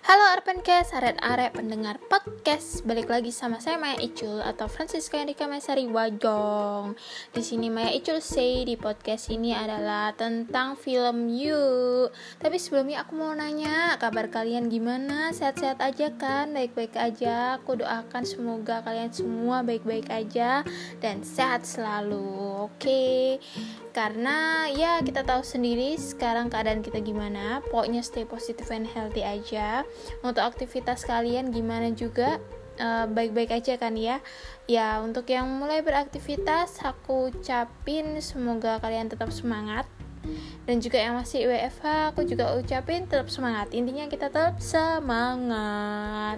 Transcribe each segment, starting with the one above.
Halo Arpencast, arek-arek pendengar podcast. Balik lagi sama saya Maya Icul atau Francisca Hendrika Mesari Wajong. Di sini Maya Icul say di podcast ini adalah tentang film You. Tapi sebelumnya aku mau nanya, kabar kalian gimana? Sehat-sehat aja kan? Baik-baik aja. Aku doakan semoga kalian semua baik-baik aja dan sehat selalu. Oke. Karena ya kita tahu sendiri sekarang keadaan kita gimana. Pokoknya stay positive and healthy aja. Untuk aktivitas kalian gimana juga, baik-baik aja kan ya. Ya untuk yang mulai beraktivitas aku ucapin semoga kalian tetap semangat. Dan juga yang masih WFH aku juga ucapin tetap semangat. Intinya kita tetap semangat.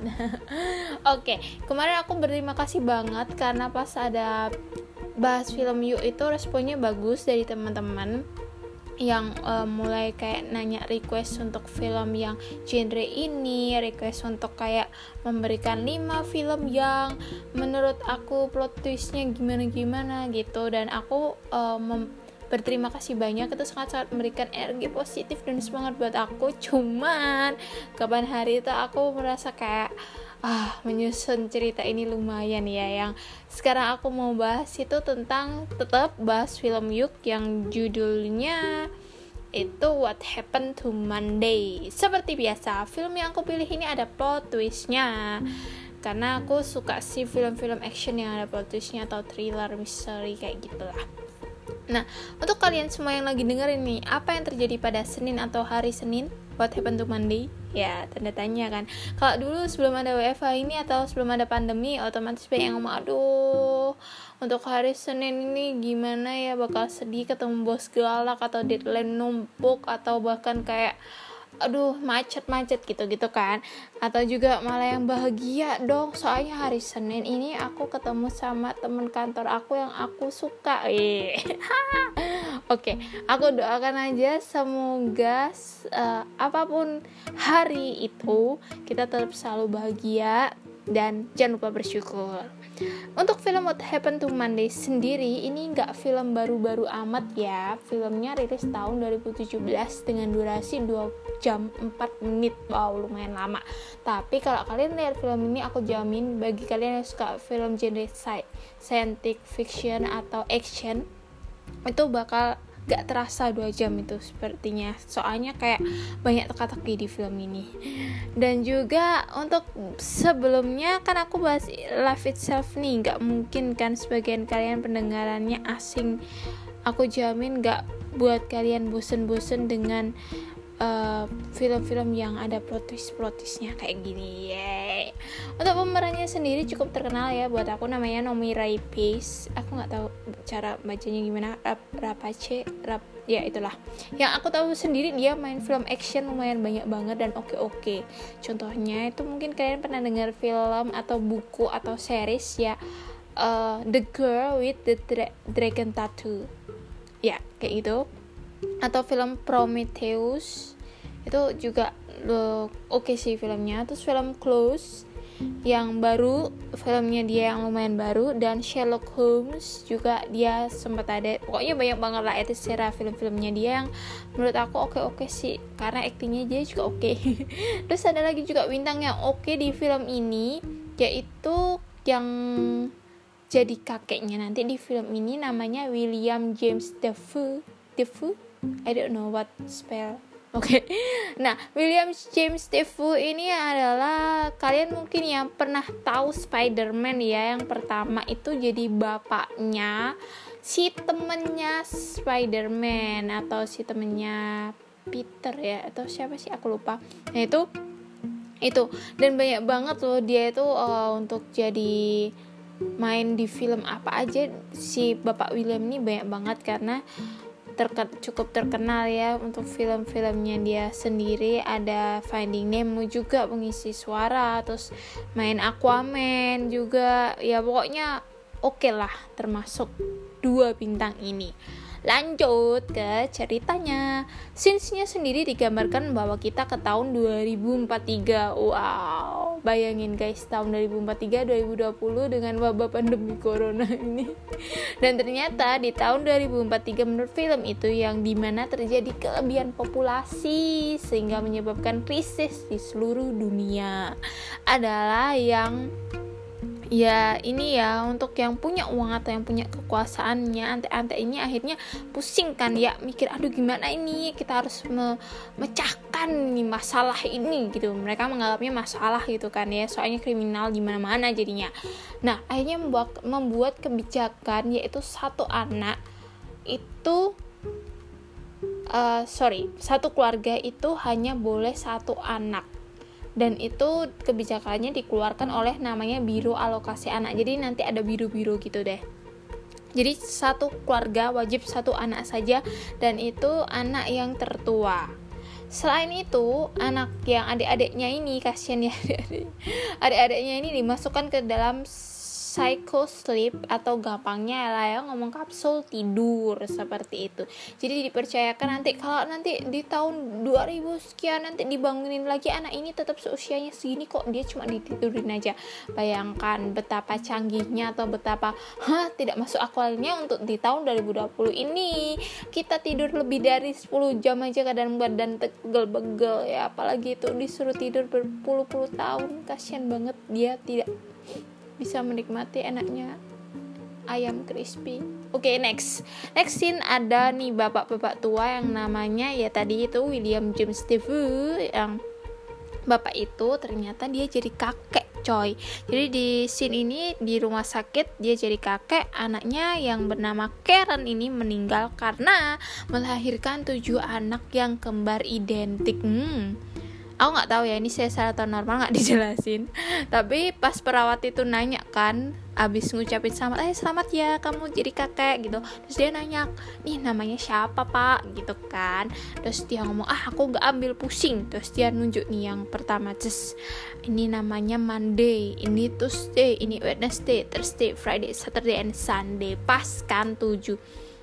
Oke, kemarin aku berterima kasih banget karena pas ada bahas film You itu responnya bagus dari teman-teman yang mulai kayak nanya request untuk film yang genre ini, request untuk kayak memberikan 5 film yang menurut aku plot twistnya gimana-gimana gitu. Dan aku berterima kasih banyak, itu sangat-sangat memberikan energi positif dan semangat buat aku. Cuman kapan hari itu aku merasa kayak menyusun cerita ini lumayan ya. Yang sekarang aku mau bahas itu tentang tetap bahas film Yuk yang judulnya itu What Happened to Monday. Seperti biasa, film yang aku pilih ini ada plot twistnya karena aku suka sih film-film action yang ada plot twistnya atau thriller, misteri kayak gitulah. Nah, untuk kalian semua yang lagi dengerin nih, apa yang terjadi pada Senin atau hari Senin? What happened to Monday? Ya, tanda tanya kan. Kalau dulu sebelum ada WFH ini atau sebelum ada pandemi, otomatis banyak yang ngomong, aduh, untuk hari Senin ini gimana ya, bakal sedih ketemu bos galak atau deadline numpuk atau bahkan kayak aduh macet gitu kan. Atau juga malah yang bahagia dong, soalnya hari Senin ini aku ketemu sama teman kantor aku yang aku suka. Oke, aku doakan aja semoga apapun hari itu kita tetap selalu bahagia dan jangan lupa bersyukur. Untuk film What Happened to Monday sendiri, ini nggak film baru-baru amat ya. Filmnya rilis tahun 2017 dengan durasi 2 jam 4 menit. Wow, lumayan lama. Tapi kalau kalian lihat film ini, aku jamin bagi kalian yang suka film genre science fiction atau action, itu bakal gak terasa 2 jam itu sepertinya. Soalnya kayak banyak teka-teki di film ini. Dan juga untuk sebelumnya kan aku bahas Life Itself nih, gak mungkin kan sebagian kalian pendengarannya asing. Aku jamin gak buat kalian bosen-bosen dengan film-film yang ada plot twist-nya kayak gini. Yeay. Untuk pemerannya sendiri cukup terkenal ya buat aku, namanya Noomi Rapace. Aku nggak tahu cara bacanya gimana, Rapace, ya itulah. Yang aku tahu sendiri dia main film action lumayan banyak banget dan oke. Contohnya itu mungkin kalian pernah dengar film atau buku atau series ya, The Girl with the Dragon Tattoo. Ya kayak gitu. Atau film Prometheus itu juga oke sih filmnya. Terus film Close yang baru, filmnya dia yang lumayan baru. Dan Sherlock Holmes juga dia sempat ada. Pokoknya banyak banget lah itu secara film-filmnya dia yang menurut aku oke sih, karena aktingnya dia juga oke. Terus ada lagi juga bintang yang oke di film ini, yaitu yang jadi kakeknya nanti di film ini, namanya William James Defoe. I don't know what spell. Oke. Nah, William James Defoe ini adalah kalian mungkin yang pernah tahu Spider-Man ya, yang pertama itu jadi bapaknya si temennya Spider-Man atau si temennya Peter ya, atau siapa sih aku lupa. Nah, itu dan banyak banget loh dia itu untuk jadi main di film apa aja. Si Bapak William ini banyak banget karena cukup terkenal ya untuk film-filmnya dia sendiri. Ada Finding Nemo juga pengisi suara, terus main Aquaman juga ya, pokoknya oke lah termasuk 2 bintang ini. Lanjut ke ceritanya. Scenes-nya sendiri digambarkan bahwa kita ke tahun 2043. Wow, bayangin guys, tahun 2043 2020 dengan wabah pandemi corona ini. Dan ternyata di tahun 2043 menurut film itu yang dimana terjadi kelebihan populasi sehingga menyebabkan krisis di seluruh dunia adalah yang ya ini ya untuk yang punya uang atau yang punya kekuasaannya, ante-ante ini akhirnya pusing kan ya, mikir aduh gimana ini kita harus memecahkan nih masalah ini gitu. Mereka menganggapnya masalah gitu kan ya, soalnya kriminal di mana-mana jadinya. Nah akhirnya membuat kebijakan yaitu satu keluarga itu hanya boleh satu anak. Dan itu kebijakannya dikeluarkan oleh namanya Biro Alokasi Anak. Jadi nanti ada biro-biro gitu deh. Jadi satu keluarga wajib satu anak saja, dan itu anak yang tertua. Selain itu, anak yang adik-adiknya ini, kasihan ya adik-adiknya ini dimasukkan ke dalam psycho sleep, atau gampangnya lah ya ngomong kapsul tidur seperti itu. Jadi dipercayakan nanti kalau nanti di tahun 2000 sekian nanti dibangunin lagi, anak ini tetap seusianya segini kok, dia cuma ditidurin aja. Bayangkan betapa canggihnya atau betapa tidak masuk akalnya untuk di tahun 2020 ini kita tidur lebih dari 10 jam aja kadang badan tegel-begel ya, apalagi itu disuruh tidur berpuluh-puluh tahun. Kasian banget, dia tidak bisa menikmati enaknya ayam crispy. Oke, next scene ada nih bapak-bapak tua yang namanya ya tadi itu William James Defoe, yang bapak itu ternyata dia jadi kakek coy. Jadi di scene ini di rumah sakit dia jadi kakek, anaknya yang bernama Karen ini meninggal karena melahirkan 7 anak yang kembar identik. Aku nggak tahu ya ini sesar atau normal, nggak dijelasin. Tapi pas perawat itu nanya kan, abis ngucapin selamat ya kamu jadi kakek gitu, terus dia nanya nih namanya siapa pak gitu kan, terus dia ngomong aku nggak ambil pusing, terus dia nunjuk nih yang pertama, ini namanya Monday, ini Tuesday, ini Wednesday, Thursday, Friday, Saturday, and Sunday. Pas kan 7.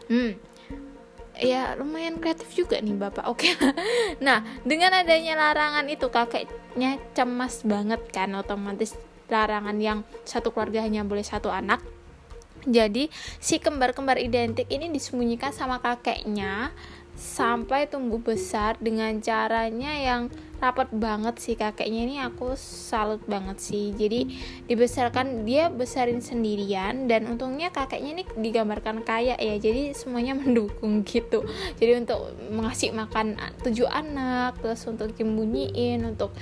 Ya lumayan kreatif juga nih bapak. Oke. Nah dengan adanya larangan itu kakeknya cemas banget kan, otomatis larangan yang satu keluarga hanya boleh satu anak. Jadi si kembar-kembar identik ini disembunyikan sama kakeknya sampai tumbuh besar dengan caranya yang rapat banget sih. Kakeknya ini aku salut banget sih. Jadi dibesarkan, dia besarin sendirian, dan untungnya kakeknya ini digambarkan kaya ya, jadi semuanya mendukung gitu. Jadi untuk mengasih makan 7 anak, terus untuk nyembunyiin, untuk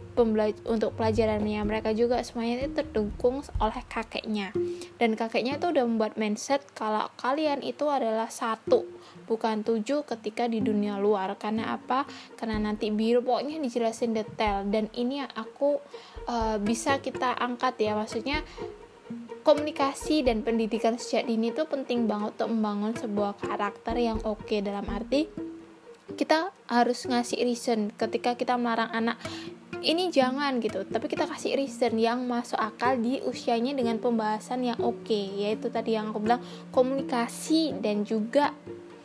pelajarannya mereka juga semuanya itu terdukung oleh kakeknya. Dan kakeknya itu udah membuat mindset kalau kalian itu adalah 1 bukan 7 ketika di dunia luar. Karena apa? Karena nanti biru, pokoknya dijelasin detail, dan ini yang aku bisa kita angkat ya, maksudnya komunikasi dan pendidikan sejak dini itu penting banget untuk membangun sebuah karakter yang oke. Dalam arti kita harus ngasih reason ketika kita melarang anak ini jangan gitu, tapi kita kasih reason yang masuk akal di usianya dengan pembahasan yang oke, yaitu tadi yang aku bilang komunikasi dan juga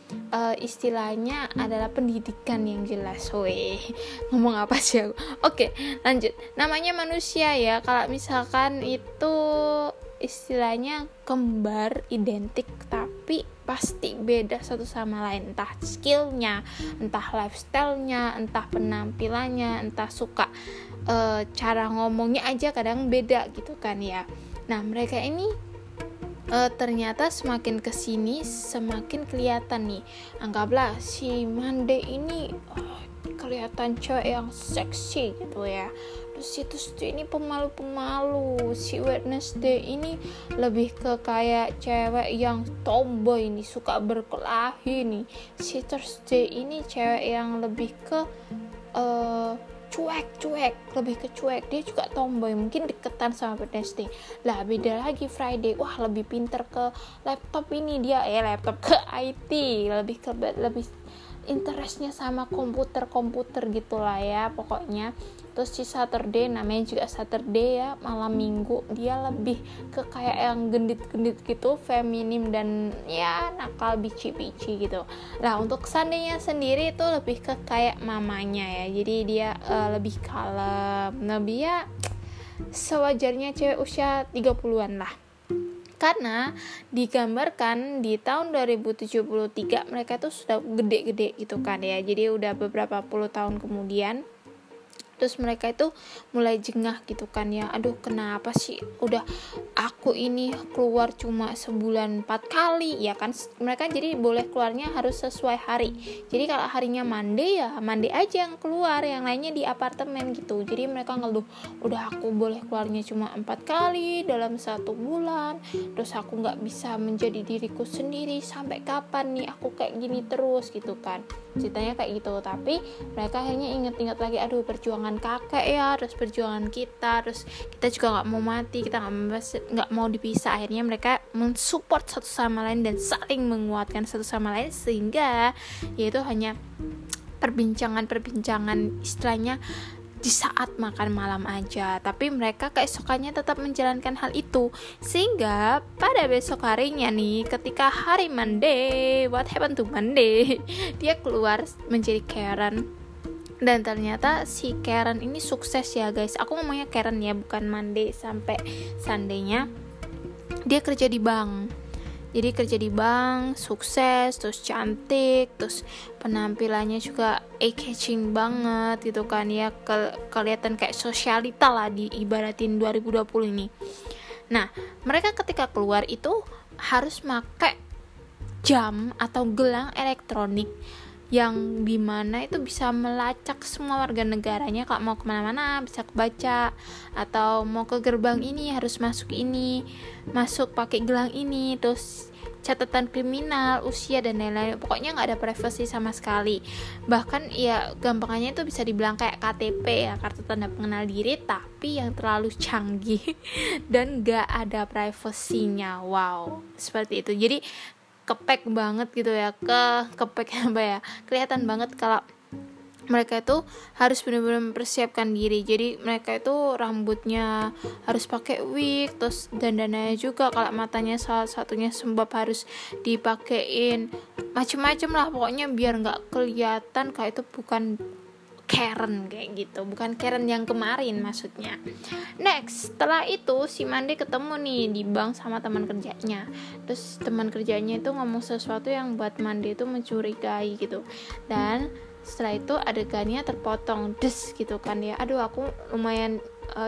istilahnya adalah pendidikan yang jelas. Ngomong apa sih aku? Oke, lanjut. Namanya manusia ya, kalau misalkan itu istilahnya kembar identik tapi pasti beda satu sama lain, entah skillnya, entah lifestylenya, entah penampilannya, entah suka cara ngomongnya aja kadang beda gitu kan ya. Nah mereka ini ternyata semakin kesini semakin kelihatan nih. Anggaplah si Monday ini kelihatan cewek yang seksi gitu ya, terus si Tuesday ini pemalu-pemalu, si Wednesday ini lebih ke kayak cewek yang tomboy nih, suka berkelahi nih, si Thursday ini cewek yang lebih ke cuek, lebih ke cuek, dia juga tomboy, mungkin deketan sama Wednesday. Lah beda lagi Friday, wah lebih pinter ke laptop ini dia, laptop ke IT, lebih interestnya sama komputer gitulah ya pokoknya. Terus si Saturday, namanya juga Saturday ya, malam minggu, dia lebih ke kayak yang gendit-gendit gitu, feminim dan ya nakal, bici-bici gitu. Nah untuk Sunday-nya sendiri itu lebih ke kayak mamanya ya, jadi dia lebih kalem, lebih ya sewajarnya cewek usia 30-an lah. Karena digambarkan di tahun 2073 mereka tuh sudah gede-gede gitu kan ya. Jadi udah beberapa puluh tahun kemudian, terus mereka itu mulai jengah gitu kan ya, aduh kenapa sih udah aku ini keluar cuma sebulan 4 kali ya kan. Mereka jadi boleh keluarnya harus sesuai hari, jadi kalau harinya Monday ya Monday aja yang keluar, yang lainnya di apartemen gitu. Jadi mereka ngeluh, udah aku boleh keluarnya cuma 4 kali dalam 1 bulan, terus aku gak bisa menjadi diriku sendiri, sampai kapan nih aku kayak gini terus gitu kan, ceritanya kayak gitu. Tapi mereka akhirnya inget-inget lagi, aduh perjuangan kakek ya, terus perjuangan kita, terus kita juga nggak mau mati, kita nggak mau dipisah. Akhirnya mereka mensupport satu sama lain dan saling menguatkan satu sama lain, sehingga yaitu hanya perbincangan istilahnya di saat makan malam aja, tapi mereka keesokannya tetap menjalankan hal itu. Sehingga pada besok harinya nih, ketika hari Monday, what happened to Monday, dia keluar menjadi Karen. Dan ternyata si Karen ini sukses ya guys. Aku ngomongnya Karen ya, bukan Monday sampai Sunday-nya. Dia kerja di bank. Jadi kerja di bank, sukses, terus cantik, terus penampilannya juga eye-catching banget gitu kan ya. Kelihatan kayak sosialita lah diibaratin 2020 ini. Nah, mereka ketika keluar itu harus pakai jam atau gelang elektronik yang dimana itu bisa melacak semua warga negaranya. Kalau mau kemana-mana bisa kebaca, atau mau ke gerbang ini harus masuk ini, masuk pakai gelang ini, terus catatan kriminal, usia dan lain-lain. Pokoknya nggak ada privasi sama sekali. Bahkan ya gampangannya itu bisa dibilang kayak KTP ya, kartu tanda pengenal diri, tapi yang terlalu canggih dan nggak ada privasinya. Wow, seperti itu. Jadi kepek banget gitu ya, kepek apa ya, kelihatan banget kalau mereka itu harus benar-benar mempersiapkan diri. Jadi mereka itu rambutnya harus pakai wig, terus dandananya juga, kalau matanya salah satunya sembab harus dipakein, macem-macem lah pokoknya biar nggak kelihatan kayak itu bukan Karen kayak gitu, bukan Karen yang kemarin maksudnya. Next, setelah itu si Monday ketemu nih di bank sama teman kerjanya. Terus teman kerjanya itu ngomong sesuatu yang buat Monday itu mencurigai gitu. Dan setelah itu adegannya terpotong des gitu kan ya. Aduh aku lumayan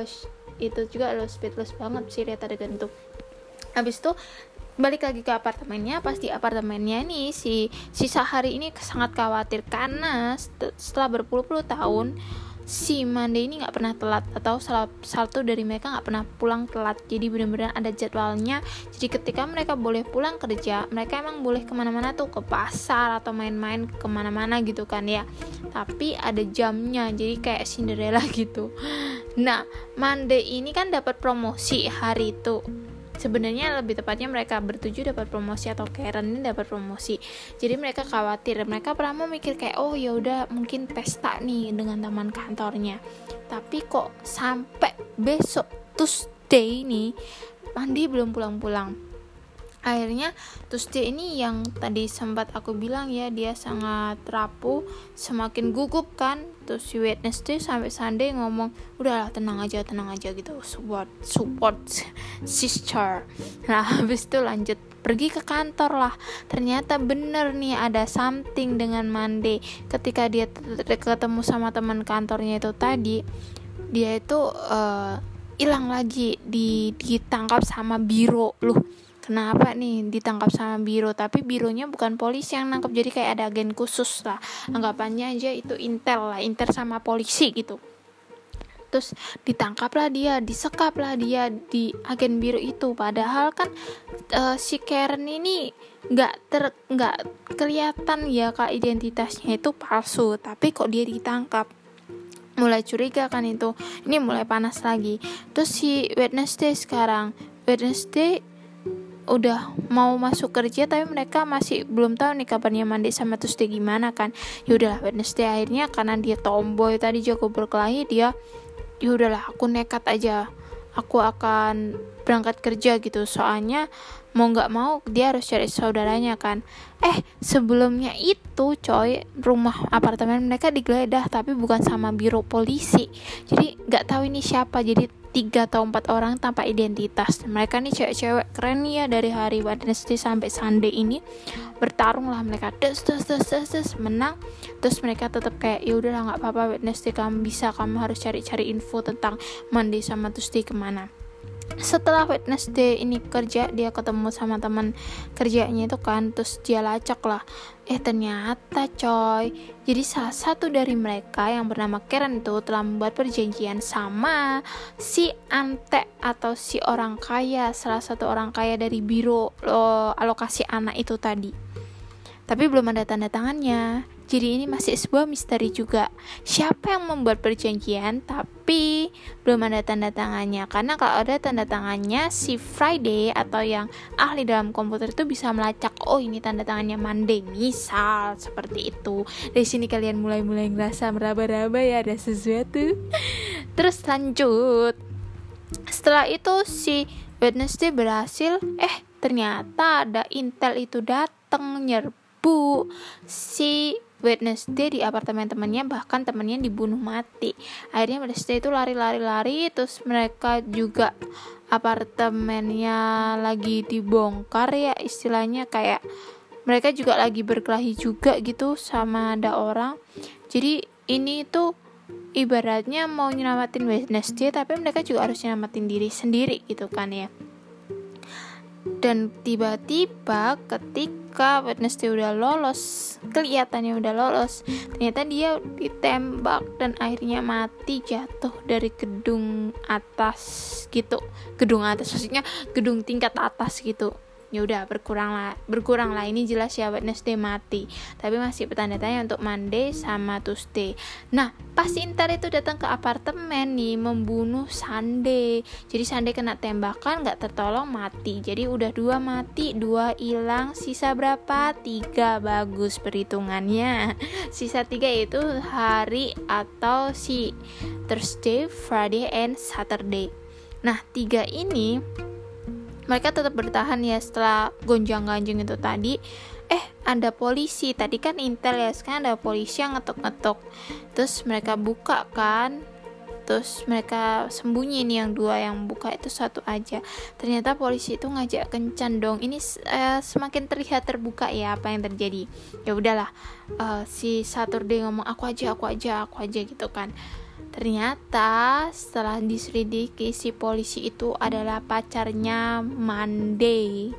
itu juga speechless banget sih lihat adegan itu. Habis itu balik lagi ke apartemennya. Pas di apartemennya nih si Sahari ini sangat khawatir karena setelah berpuluh-puluh tahun si Monday ini nggak pernah telat, atau salah satu dari mereka nggak pernah pulang telat. Jadi benar-benar ada jadwalnya. Jadi ketika mereka boleh pulang kerja, mereka emang boleh kemana-mana tuh, ke pasar atau main-main kemana-mana gitu kan ya, tapi ada jamnya, jadi kayak Cinderella gitu. Nah Monday ini kan dapat promosi hari itu. Sebenarnya lebih tepatnya mereka bertujuh dapat promosi, atau Karen ini dapat promosi. Jadi mereka khawatir, mereka pernah mikir kayak, oh ya udah mungkin pesta nih dengan teman kantornya. Tapi kok sampai besok Tuesday nih Monday belum pulang-pulang. Akhirnya Tuesday ini yang tadi sempat aku bilang ya, dia sangat rapuh, semakin gugup kan. Terus si Wednesday sampai Sunday ngomong, udahlah tenang aja gitu, support sister. Nah habis itu lanjut pergi ke kantor lah. Ternyata bener nih ada something dengan Monday. Ketika dia ketemu sama teman kantornya itu tadi, dia itu hilang lagi, ditangkap sama biro. Loh kenapa nih ditangkap sama biro? Tapi bironya bukan polisi yang nangkep, jadi kayak ada agen khusus lah, anggapannya aja itu intel sama polisi gitu. Terus ditangkaplah dia, disekaplah dia di agen biro itu. Padahal kan si Karen ini nggak kelihatan ya kak, identitasnya itu palsu, tapi kok dia ditangkap. Mulai curiga kan itu, ini mulai panas lagi. Terus si Wednesday udah mau masuk kerja tapi mereka masih belum tahu nih kabarnya Monday sama Tuesday gimana kan. Ya udahlah, Wednesday akhirnya karena dia tomboy tadi, jago berkelahi, dia ya udahlah aku nekat aja, aku akan berangkat kerja gitu. Soalnya mau nggak mau dia harus cari saudaranya kan. Sebelumnya itu coy, rumah apartemen mereka digeledah tapi bukan sama biro polisi. Jadi nggak tahu ini siapa. Jadi 3 atau 4 orang tanpa identitas. Mereka nih cewek-cewek keren nih ya, dari hari Wednesday sampai Sunday ini bertarung lah mereka, des menang. Terus mereka tetap kayak ya udahlah nggak apa-apa Wednesday, kamu bisa, kamu harus cari-cari info tentang Monday sama Tuesday kemana. Setelah Wednesday ini kerja, dia ketemu sama teman kerjanya itu kan, terus dia lacak lah. Ternyata coy, jadi salah satu dari mereka yang bernama Karen itu telah membuat perjanjian sama si Ante atau si orang kaya, salah satu orang kaya dari biro alokasi anak itu tadi. Tapi belum ada tanda tangannya. Jadi ini masih sebuah misteri juga. Siapa yang membuat perjanjian tapi belum ada tanda tangannya. Karena kalau ada tanda tangannya, si Friday atau yang ahli dalam komputer itu bisa melacak, oh ini tanda tangannya Monday, misal seperti itu. Dari sini kalian mulai ngerasa meraba-raba ya ada sesuatu. Terus lanjut. Setelah itu si Wednesday berhasil, ternyata ada intel itu datang nyerbu si Wednesday di apartemen temannya, bahkan temannya dibunuh mati. Akhirnya Wednesday itu lari, terus mereka juga apartemennya lagi dibongkar ya, istilahnya kayak mereka juga lagi berkelahi juga gitu sama ada orang. Jadi ini tuh ibaratnya mau nyelamatin Wednesday tapi mereka juga harus nyelamatin diri sendiri gitu kan ya. Dan tiba-tiba ketika Wednesday udah lolos, kelihatannya udah lolos, ternyata dia ditembak dan akhirnya mati, jatuh dari gedung atas gitu. Gedung atas maksudnya gedung tingkat atas gitu. Ya udah berkurang lah, ini jelas ya Wednesday mati. Tapi masih bertanda tanya untuk Monday sama Tuesday. Nah, pas Intel itu datang ke apartemen nih membunuh Sunday. Jadi Sunday kena tembakan, nggak tertolong, mati. Jadi udah 2 mati, 2 hilang, sisa berapa? 3, bagus perhitungannya. Sisa 3 itu hari atau si Thursday, Friday, and Saturday. Nah, 3 ini mereka tetap bertahan ya setelah gonjang-ganjing itu tadi. Ada polisi, tadi kan intel ya, sekarang ada polisi yang ngetok-ngetok. Terus mereka buka kan, terus mereka sembunyi nih, yang 2 yang buka itu 1 aja. Ternyata polisi itu ngajak kencan dong. Ini semakin terlihat terbuka ya apa yang terjadi. Ya udahlah, si Saturday ngomong aku aja gitu kan. Ternyata setelah diselidiki si polisi itu adalah pacarnya Monday.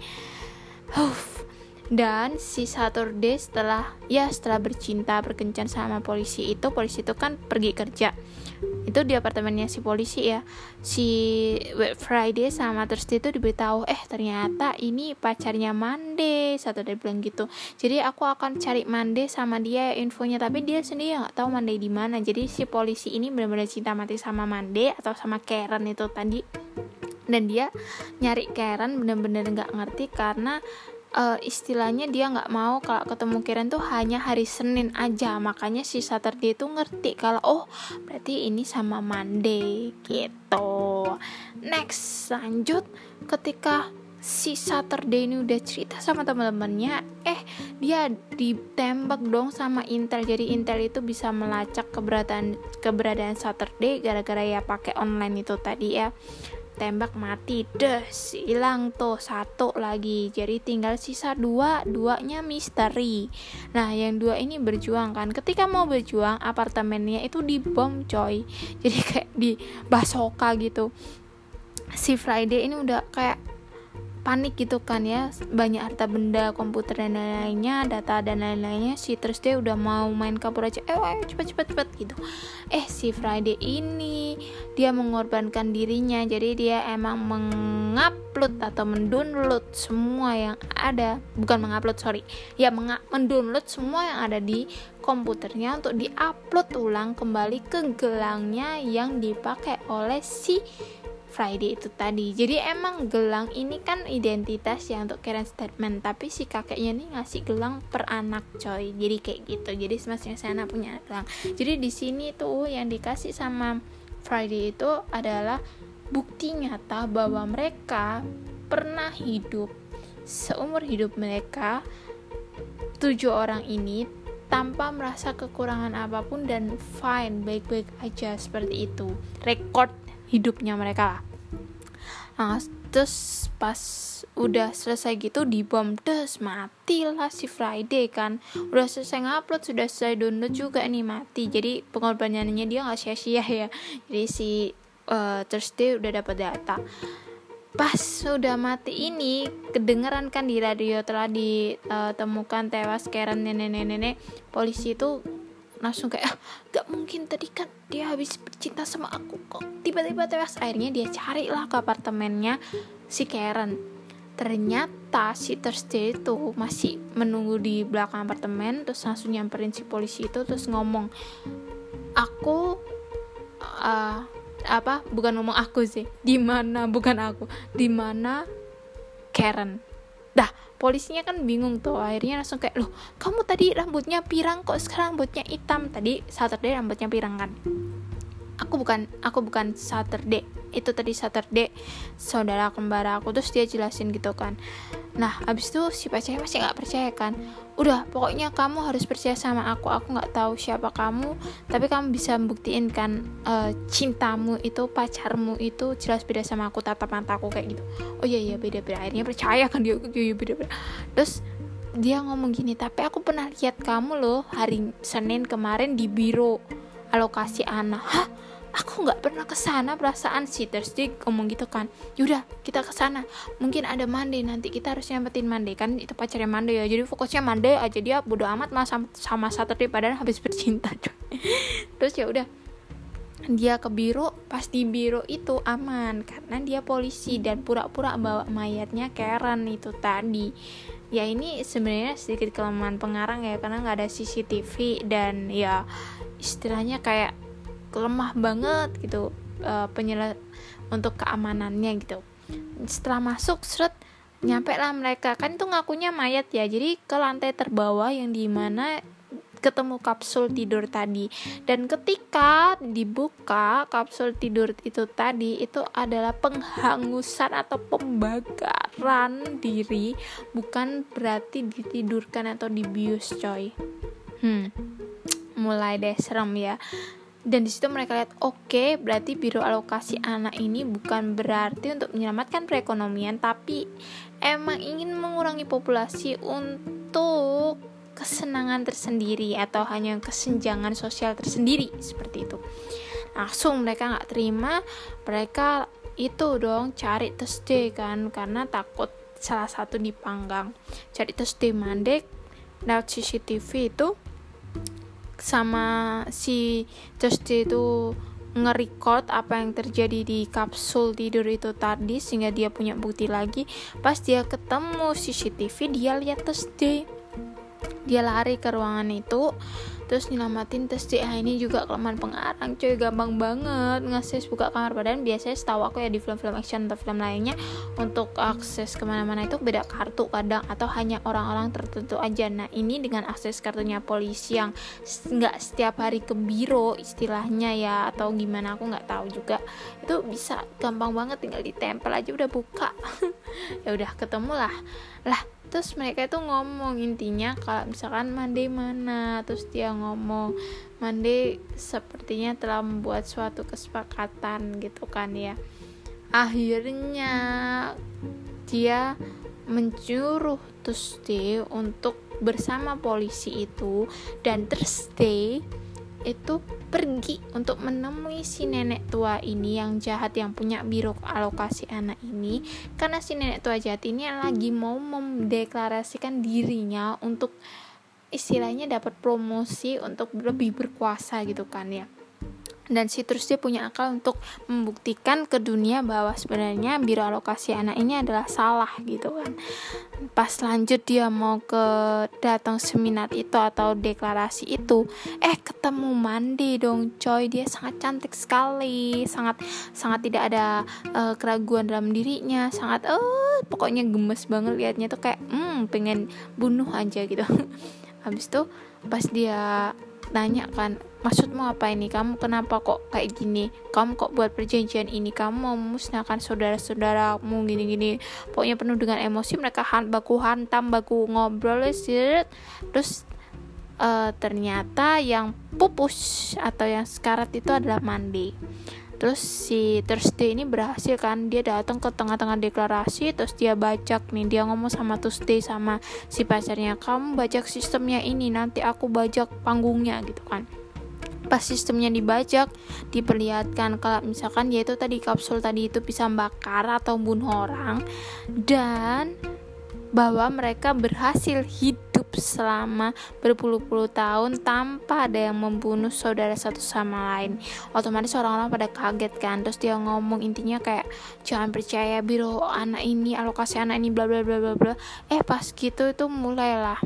Dan si Saturday setelah bercinta, berkencan sama polisi itu kan pergi kerja. Itu di apartemennya si polisi ya. Si Friday sama Thursday itu diberitahu, ternyata ini pacarnya Monday. Saturday bilang gitu. Jadi aku akan cari Monday sama dia infonya, tapi dia sendiri nggak tahu Monday di mana. Jadi si polisi ini benar-benar cinta mati sama Monday atau sama Karen itu tadi. Dan dia nyari Karen benar-benar nggak ngerti karena istilahnya dia nggak mau kalau ketemu Karen tuh hanya hari Senin aja. Makanya si Saturday itu ngerti kalau berarti ini sama Monday gitu. Next, lanjut ketika si Saturday ini udah cerita sama teman-temannya, dia ditembak dong sama Intel. Jadi Intel itu bisa melacak keberadaan Saturday gara-gara ya pakai online itu tadi ya. Tembak, mati, hilang tuh 1 lagi. Jadi tinggal sisa 2, 2-nya misteri. Nah, yang 2 ini berjuang kan. Ketika mau berjuang, apartemennya itu dibom coy. Jadi kayak di basoka gitu. Si Friday ini udah kayak panik gitu kan ya, banyak harta benda, komputer dan lain-lainnya, data dan lain-lainnya. Si Thursday udah mau main kabur aja, ayo cepet gitu. Si Friday ini dia mengorbankan dirinya, jadi dia emang mengupload atau mendownload semua yang ada, mendownload semua yang ada di komputernya untuk diupload ulang kembali ke gelangnya yang dipakai oleh si Friday itu tadi. Jadi emang gelang ini kan identitas ya untuk Karen statement, tapi si kakeknya nih ngasih gelang per anak coy. Jadi kayak gitu. Jadi masing-masing anak punya gelang. Jadi di sini tuh yang dikasih sama Friday itu adalah bukti nyata bahwa mereka pernah hidup seumur hidup mereka 7 orang ini tanpa merasa kekurangan apapun dan fine, baik-baik aja seperti itu. Rekod hidupnya mereka lah. Nah, terus pas udah selesai gitu dibom, terus matilah si Friday kan. Udah selesai ngupload, sudah selesai download juga nih, mati. Jadi pengorbanannya dia nggak sia-sia ya. Jadi si Thursday udah dapat data. Pas sudah mati ini kedengeran kan di radio telah ditemukan tewas Karen nenek-nenek. Polisi itu langsung kayak gak mungkin, tadi kan dia habis cinta sama aku kok tiba-tiba tewas. Akhirnya dia carilah ke apartemennya si Karen. Ternyata si Thursday itu masih menunggu di belakang apartemen. Terus langsung nyamperin si polisi itu, terus ngomong di mana Karen. Dah, polisinya kan bingung tuh. Akhirnya langsung kayak, loh kamu tadi rambutnya pirang kok sekarang rambutnya hitam? Tadi Saturday rambutnya pirang kan? Aku bukan Saturday, itu tadi Saturday saudara kembar aku. Terus dia jelasin gitu kan. Nah abis itu si pacarnya masih gak percaya kan. Udah pokoknya kamu harus percaya sama aku gak tahu siapa kamu, tapi kamu bisa buktiin kan cintamu itu, pacarmu itu jelas beda sama aku, tatap mataku kayak gitu. Oh iya beda-beda. Akhirnya percaya kan dia, iya beda-beda. Terus dia ngomong gini, tapi aku pernah lihat kamu loh hari Senin kemarin di biro alokasi anak. Hah? Aku nggak pernah kesana, perasaan si Thursday ngomong gitu kan. Yaudah kita kesana, mungkin ada Monday, nanti kita harus nyampetin Monday kan, itu pacarnya Monday ya. Jadi fokusnya Monday aja, dia bodo amat mah sama Saturday padahal habis bercinta. Terus ya udah dia ke biro. Pas di biro itu aman karena dia polisi dan pura-pura bawa mayatnya Karen itu tadi. Ya ini sebenarnya sedikit kelemahan pengarang ya, karena nggak ada CCTV dan ya istilahnya kayak lemah banget gitu untuk keamanannya gitu. Setelah masuk nyampe lah mereka kan itu ngakunya mayat ya, jadi ke lantai terbawah yang dimana ketemu kapsul tidur tadi. Dan ketika dibuka kapsul tidur itu tadi, itu adalah penghangusan atau pembakaran diri, bukan berarti ditidurkan atau dibius coy. Mulai deh serem ya. Dan di situ mereka lihat, oke, berarti biro alokasi anak ini bukan berarti untuk menyelamatkan perekonomian, tapi emang ingin mengurangi populasi untuk kesenangan tersendiri atau hanya kesenjangan sosial tersendiri seperti itu. Langsung mereka nggak terima, mereka itu dong cari Thursday kan, karena takut salah satu dipanggang. Cari Thursday mandek, lewat CCTV itu sama si Thursday itu nge-record apa yang terjadi di kapsul tidur itu tadi, sehingga dia punya bukti lagi. Pas dia ketemu CCTV, dia lihat Thursday, dia lari ke ruangan itu terus nyelamatin Thursday. Ini juga kelemahan pengarang coy, gampang banget ngakses buka kamar. Padahal biasanya setahu aku ya di film-film action atau film lainnya untuk akses kemana-mana itu beda kartu kadang, atau hanya orang-orang tertentu aja. Nah ini dengan akses kartunya polisi yang nggak setiap hari ke biro istilahnya ya, atau gimana aku nggak tahu juga, itu bisa gampang banget tinggal ditempel aja udah buka. Ya udah ketemu lah. Terus mereka itu ngomong intinya kalau misalkan Monday mana, terus dia ngomong Monday sepertinya telah membuat suatu kesepakatan gitu kan ya. Akhirnya dia menyuruh Thursday untuk bersama polisi itu, dan Thursday itu pergi untuk menemui si nenek tua ini yang jahat, yang punya biro alokasi anak ini, karena si nenek tua jahat ini lagi mau mendeklarasikan dirinya untuk istilahnya dapat promosi untuk lebih berkuasa gitu kan ya. Dan si terus dia punya akal untuk membuktikan ke dunia bahwa sebenarnya biro alokasi anak ini adalah salah gitu kan. Pas lanjut dia mau ke datang seminar itu atau deklarasi itu, ketemu Mande dong coy. Dia sangat cantik sekali, sangat tidak ada keraguan dalam dirinya, sangat pokoknya gemes banget liatnya tuh, kayak pengen bunuh aja gitu. Habis itu pas dia tanya kan, maksudmu apa ini, kamu kenapa kok kayak gini, kamu kok buat perjanjian ini, kamu mau memusnahkan saudara-saudaramu gini-gini, pokoknya penuh dengan emosi. Mereka baku hantam, baku ngobrol sih. Terus ternyata yang pupus atau yang sekarat itu adalah Mande. Terus si Thursday ini berhasil kan, dia datang ke tengah-tengah deklarasi, terus dia bajak nih, dia ngomong sama Thursday sama si pacarnya, kamu bajak sistemnya ini, nanti aku bajak panggungnya gitu kan. Pas sistemnya dibajak, diperlihatkan kalau misalkan yaitu tadi kapsul tadi itu bisa bakar atau bunuh orang, dan bahwa mereka berhasil hidup selama berpuluh-puluh tahun tanpa ada yang membunuh saudara satu sama lain. Otomatis orang-orang pada kaget kan. Terus dia ngomong intinya kayak jangan percaya biro anak ini, alokasi anak ini, bla bla bla bla bla. Pas gitu itu mulailah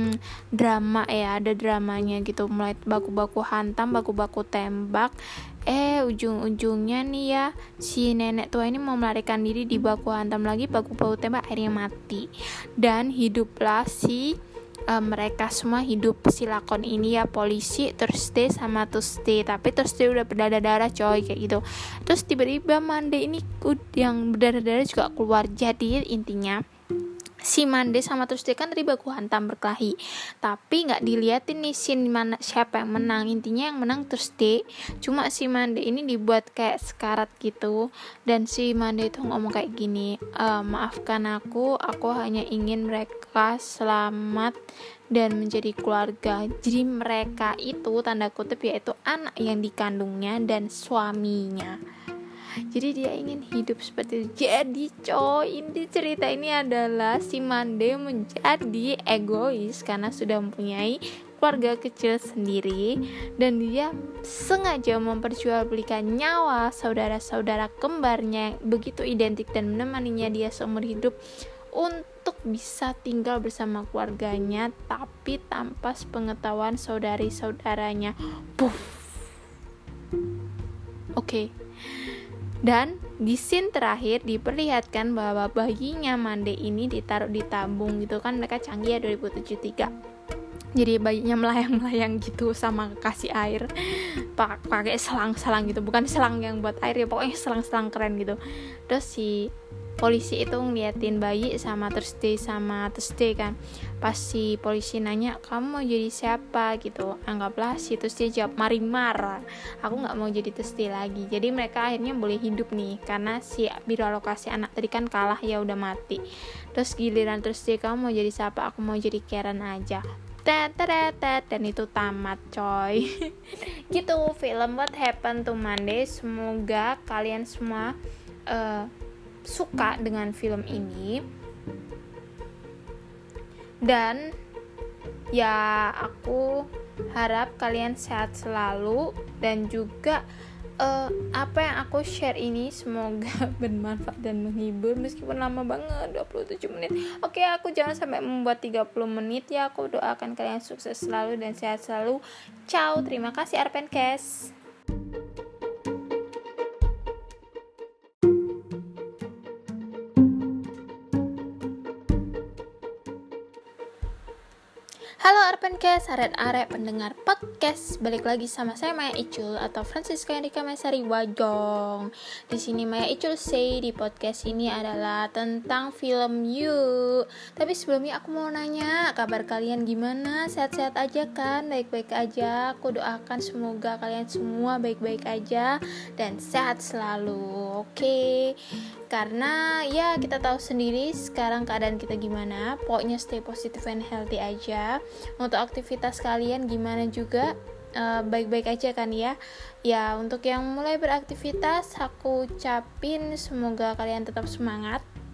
drama ya, ada dramanya gitu, mulai baku-baku hantam, baku-baku tembak. Ujung-ujungnya nih ya, si nenek tua ini mau melarikan diri, di baku hantam lagi, baku-baku tembak, akhirnya mati. Dan hiduplah si mereka semua hidup, si lakon ini ya, polisi, Thursday sama Tuesday. Tapi Thursday udah berdarah-darah coy kayak gitu. Terus tiba-tiba Mande ini yang berdarah-darah juga keluar. Jadi intinya si Mande sama Tuesday kan tadi baku hantam berkelahi, tapi nggak diliatin nih scene mana siapa yang menang. Intinya yang menang Tuesday, cuma si Mande ini dibuat kayak sekarat gitu. Dan si Mande itu ngomong kayak gini, maafkan aku hanya ingin mereka selamat dan menjadi keluarga. Jadi mereka itu tanda kutip yaitu anak yang dikandungnya dan suaminya. Jadi dia ingin hidup seperti itu. Jadi coy, inti cerita ini adalah si Mande menjadi egois karena sudah mempunyai keluarga kecil sendiri, dan dia sengaja memperjualbelikan nyawa saudara-saudara kembarnya yang begitu identik dan menemaninya dia seumur hidup untuk bisa tinggal bersama keluarganya, tapi tanpa sepengetahuan saudari-saudaranya. Oke. Dan di scene terakhir diperlihatkan bahwa bayinya Mande ini ditaruh di tabung gitu kan, mereka canggih ya 2073. Jadi bayinya melayang-melayang gitu sama kasih air pakai selang-selang gitu, bukan selang yang buat air ya, pokoknya selang-selang keren gitu. Terus si polisi itu ngeliatin bayi sama Thursday kan. Pas si polisi nanya, kamu mau jadi siapa gitu, anggaplah si Thursday jawab Marimar, aku gak mau jadi Thursday lagi. Jadi mereka akhirnya boleh hidup nih, karena si biro alokasi anak tadi kan kalah ya, udah mati. Terus giliran Thursday, kamu mau jadi siapa, aku mau jadi Karen aja. Dan itu tamat coy. Gitu film What Happened to Monday. Semoga kalian semua suka dengan film ini, dan ya aku harap kalian sehat selalu, dan juga apa yang aku share ini semoga bermanfaat dan menghibur meskipun lama banget 27 menit. Oke, aku jangan sampai membuat 30 menit ya. Aku doakan kalian sukses selalu dan sehat selalu. Ciao, terima kasih Arpencast. Halo Arpencast, arek-arek pendengar podcast, balik lagi sama saya Maya Icul atau Francisca Enrika Mesari Wajong. Di sini Maya Icul say di podcast ini adalah tentang film You. Tapi sebelumnya aku mau nanya, kabar kalian gimana? Sehat-sehat aja kan? Baik-baik aja. Aku doakan semoga kalian semua baik-baik aja dan sehat selalu. Oke. Karena ya kita tahu sendiri sekarang keadaan kita gimana. Pokoknya stay positive and healthy aja. Untuk aktivitas kalian gimana juga, baik-baik aja kan ya. Ya untuk yang mulai beraktivitas, aku ucapin semoga kalian tetap semangat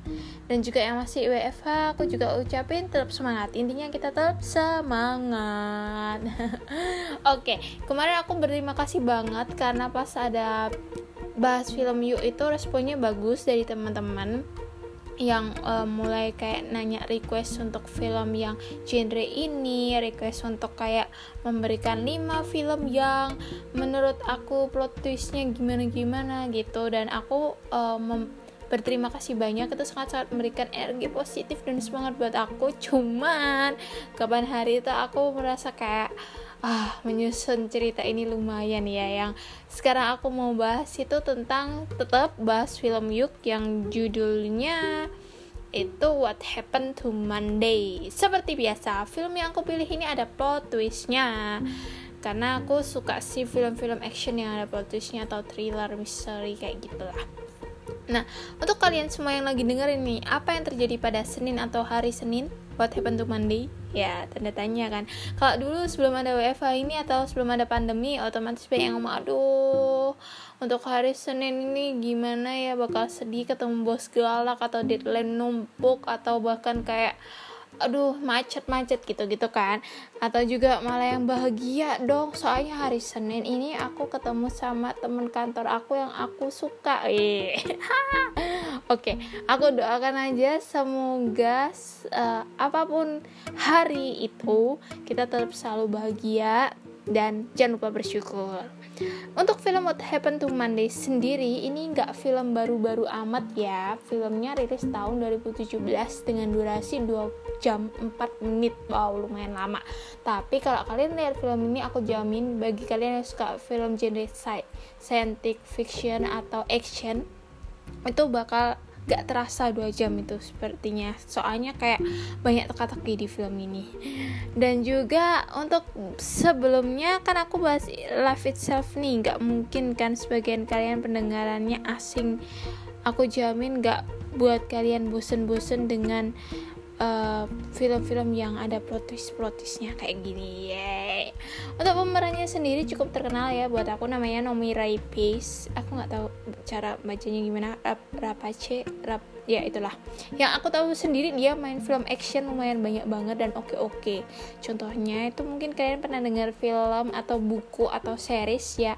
Dan juga yang masih WFH, aku juga ucapin tetap semangat. Intinya kita tetap semangat. Oke, kemarin aku berterima kasih banget karena pas ada bahas film You itu responnya bagus dari teman-teman yang mulai kayak nanya request untuk film yang genre ini, request untuk kayak memberikan 5 film yang menurut aku plot twistnya gimana-gimana gitu. Dan aku berterima kasih banyak, itu sangat-sangat memberikan energi positif dan semangat buat aku. Cuman kapan hari itu aku merasa kayak menyusun cerita ini lumayan ya. Yang sekarang aku mau bahas itu tentang, tetap bahas film Yuk yang judulnya itu What Happened to Monday. Seperti biasa, film yang aku pilih ini ada plot twistnya karena aku suka sih film-film action yang ada plot twistnya atau thriller, misteri kayak gitulah. Nah, untuk kalian semua yang lagi dengerin nih, apa yang terjadi pada Senin atau hari Senin? What happened to Monday? Ya, tanda tanya kan. Kalau dulu sebelum ada WFH ini atau sebelum ada pandemi, otomatis banyak yang ngomong, aduh, untuk hari Senin ini gimana ya, bakal sedih ketemu bos galak atau deadline numpuk atau bahkan kayak aduh macet gitu kan. Atau juga malah yang bahagia dong, soalnya hari Senin ini aku ketemu sama teman kantor aku yang aku suka. Oke, aku doakan aja semoga apapun hari itu kita tetap selalu bahagia dan jangan lupa bersyukur. Untuk film What Happened to Monday sendiri, ini nggak film baru-baru amat ya. Filmnya rilis tahun 2017 dengan durasi 2 jam 4 menit. Wow, lumayan lama. Tapi kalau kalian lihat film ini, aku jamin bagi kalian yang suka film genre science fiction atau action, itu bakal gak terasa 2 jam itu sepertinya. Soalnya kayak banyak teka-teki di film ini. Dan juga untuk sebelumnya kan aku bahas Life Itself nih, gak mungkin kan sebagian kalian pendengarannya asing. Aku jamin gak buat kalian bosen-bosen dengan film-film yang ada plot twist-nya kayak gini. Yeay. Untuk pemerannya sendiri cukup terkenal ya buat aku, namanya Noomi Rapace. Aku nggak tahu cara bacanya gimana, Rapace, ya itulah. Yang aku tahu sendiri dia main film action lumayan banyak banget dan oke. Contohnya itu mungkin kalian pernah dengar film atau buku atau series ya,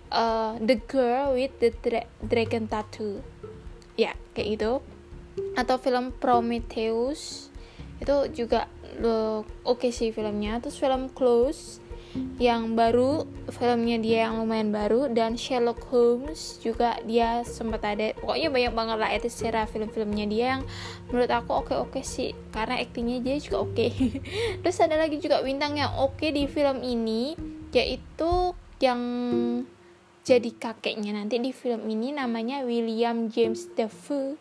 The Girl with the Dragon Tattoo. Ya kayak gitu. Atau film Prometheus itu juga oke sih filmnya. Terus film Close yang baru, filmnya dia yang lumayan baru. Dan Sherlock Holmes juga dia sempat ada. Pokoknya banyak banget lah itu secara film-filmnya dia yang menurut aku oke sih, karena aktingnya dia juga oke. Terus ada lagi juga bintang yang oke di film ini, yaitu yang jadi kakeknya nanti di film ini, namanya William James Defoe.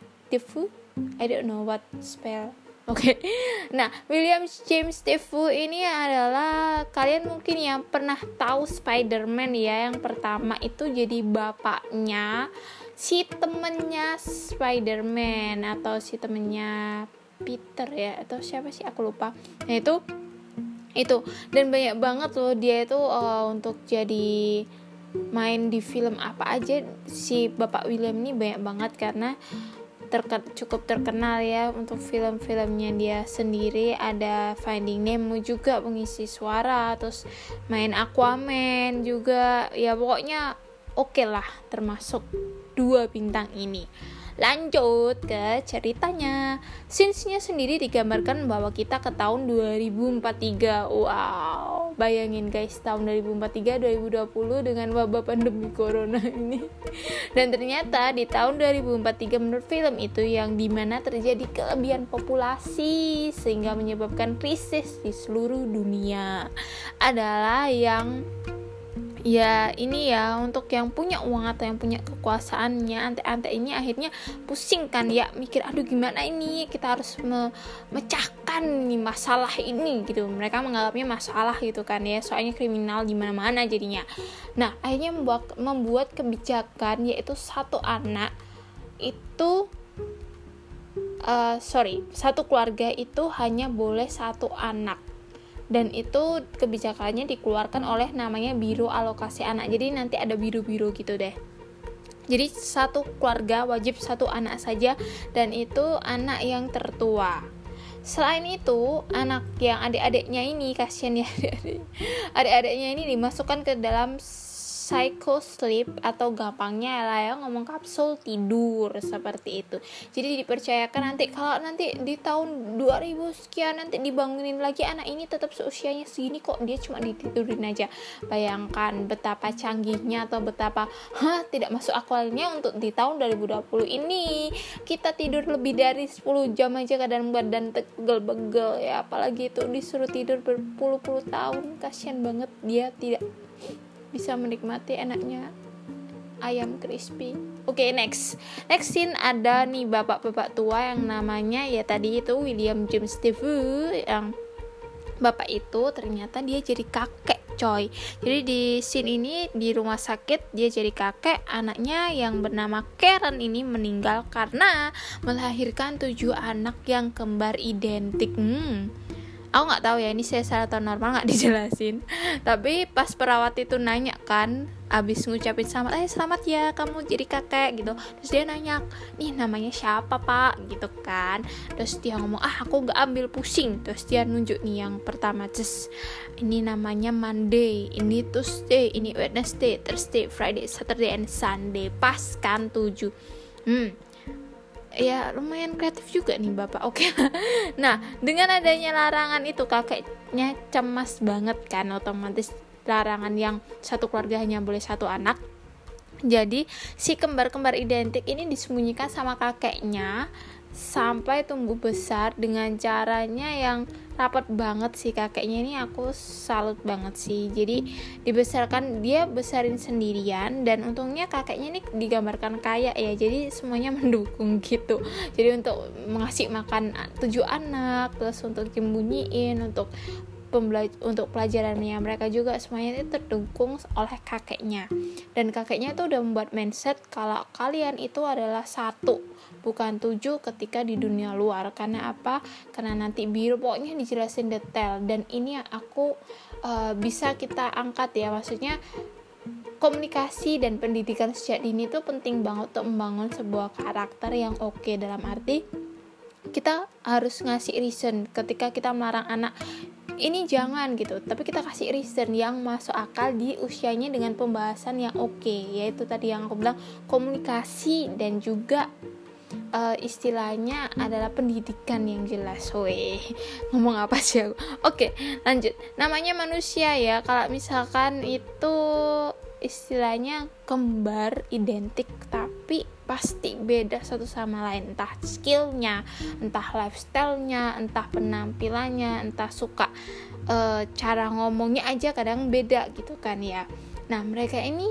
I don't know what spell. Oke. Nah, William James Defoe ini adalah, kalian mungkin yang pernah tahu Spider-Man ya, yang pertama itu jadi bapaknya si temennya Spider-Man atau si temennya Peter ya, atau siapa sih aku lupa. Nah itu dan banyak banget loh dia itu untuk jadi main di film apa aja. Si Bapak William ini banyak banget karena cukup terkenal ya untuk film-filmnya dia sendiri. Ada Finding Nemo juga pengisi suara, terus main Aquaman juga ya, pokoknya oke lah, termasuk 2 bintang ini. Lanjut ke ceritanya. Scenes-nya sendiri digambarkan bahwa kita ke tahun 2043. Wow, bayangin guys, tahun 2043 2020 dengan wabah pandemi corona ini. Dan ternyata di tahun 2043 menurut film itu yang dimana terjadi kelebihan populasi sehingga menyebabkan krisis di seluruh dunia, adalah yang ya ini ya, untuk yang punya uang atau yang punya kekuasaannya, ante-ante ini akhirnya pusing kan ya, mikir aduh gimana ini, kita harus memecahkan nih masalah ini gitu. Mereka menganggapnya masalah gitu kan ya, soalnya kriminal di mana-mana jadinya. Nah, akhirnya membuat kebijakan, yaitu satu keluarga itu hanya boleh 1 anak. Dan itu kebijakannya dikeluarkan oleh namanya Biro Alokasi Anak. Jadi nanti ada biro-biro gitu deh. Jadi satu keluarga wajib satu anak saja, dan itu anak yang tertua. Selain itu, anak yang adik-adiknya ini, kasihan ya adik-adiknya ini dimasukkan ke dalam psycho sleep, atau gampangnya lah ya ngomong kapsul tidur seperti itu. Jadi dipercayakan nanti kalau nanti di tahun 2000 sekian nanti dibangunin lagi, anak ini tetap seusianya segini kok, dia cuma ditidurin aja. Bayangkan betapa canggihnya atau betapa tidak masuk akalnya untuk di tahun 2020 ini kita tidur lebih dari 10 jam aja kadang badan tegel-begel ya, apalagi itu disuruh tidur berpuluh-puluh tahun. Kasian banget, dia tidak bisa menikmati enaknya ayam crispy. Oke, next scene ada nih bapak-bapak tua yang namanya ya tadi itu William James Defoe, yang bapak itu ternyata dia jadi kakek coy. Jadi di scene ini di rumah sakit dia jadi kakek, anaknya yang bernama Karen ini meninggal karena melahirkan 7 anak yang kembar identik. Aku nggak tahu ya ini sesar atau normal, nggak dijelasin. Tapi pas perawat itu nanya kan, abis ngucapin selamat ya kamu jadi kakek gitu, terus dia nanya nih namanya siapa pak gitu kan, terus dia ngomong aku nggak ambil pusing, terus dia nunjuk nih yang pertama, ini namanya Monday, ini Tuesday, ini Wednesday, Thursday, Friday, Saturday, and Sunday. Pas kan 7. Ya lumayan kreatif juga nih bapak. Oke. Nah, dengan adanya larangan itu kakeknya cemas banget kan, otomatis larangan yang satu keluarga hanya boleh satu anak. Jadi si kembar-kembar identik ini disembunyikan sama kakeknya sampai tumbuh besar dengan caranya yang rapat banget sih. Kakeknya ini aku salut banget sih. Jadi dibesarkan, dia besarin sendirian, dan untungnya kakeknya ini digambarkan kaya ya, jadi semuanya mendukung gitu. Jadi untuk mengasih makan 7 anak, terus untuk nyembunyiin, untuk pelajarannya mereka juga semuanya itu terdukung oleh kakeknya. Dan kakeknya itu udah membuat mindset kalau kalian itu adalah 1 bukan 7 ketika di dunia luar. Karena apa? Karena nanti biru, pokoknya dijelasin detail, dan ini yang aku bisa kita angkat ya, maksudnya komunikasi dan pendidikan sejak dini itu penting banget untuk membangun sebuah karakter yang oke. Dalam arti kita harus ngasih reason ketika kita melarang anak ini jangan gitu, tapi kita kasih reason yang masuk akal di usianya dengan pembahasan yang oke, yaitu tadi yang aku bilang komunikasi dan juga istilahnya adalah pendidikan yang jelas. Ngomong apa sih aku? Oke, lanjut. Namanya manusia ya, kalau misalkan itu istilahnya kembar identik tapi pasti beda satu sama lain, entah skillnya, entah lifestylenya, entah penampilannya, entah suka cara ngomongnya aja kadang beda gitu kan ya. Nah mereka ini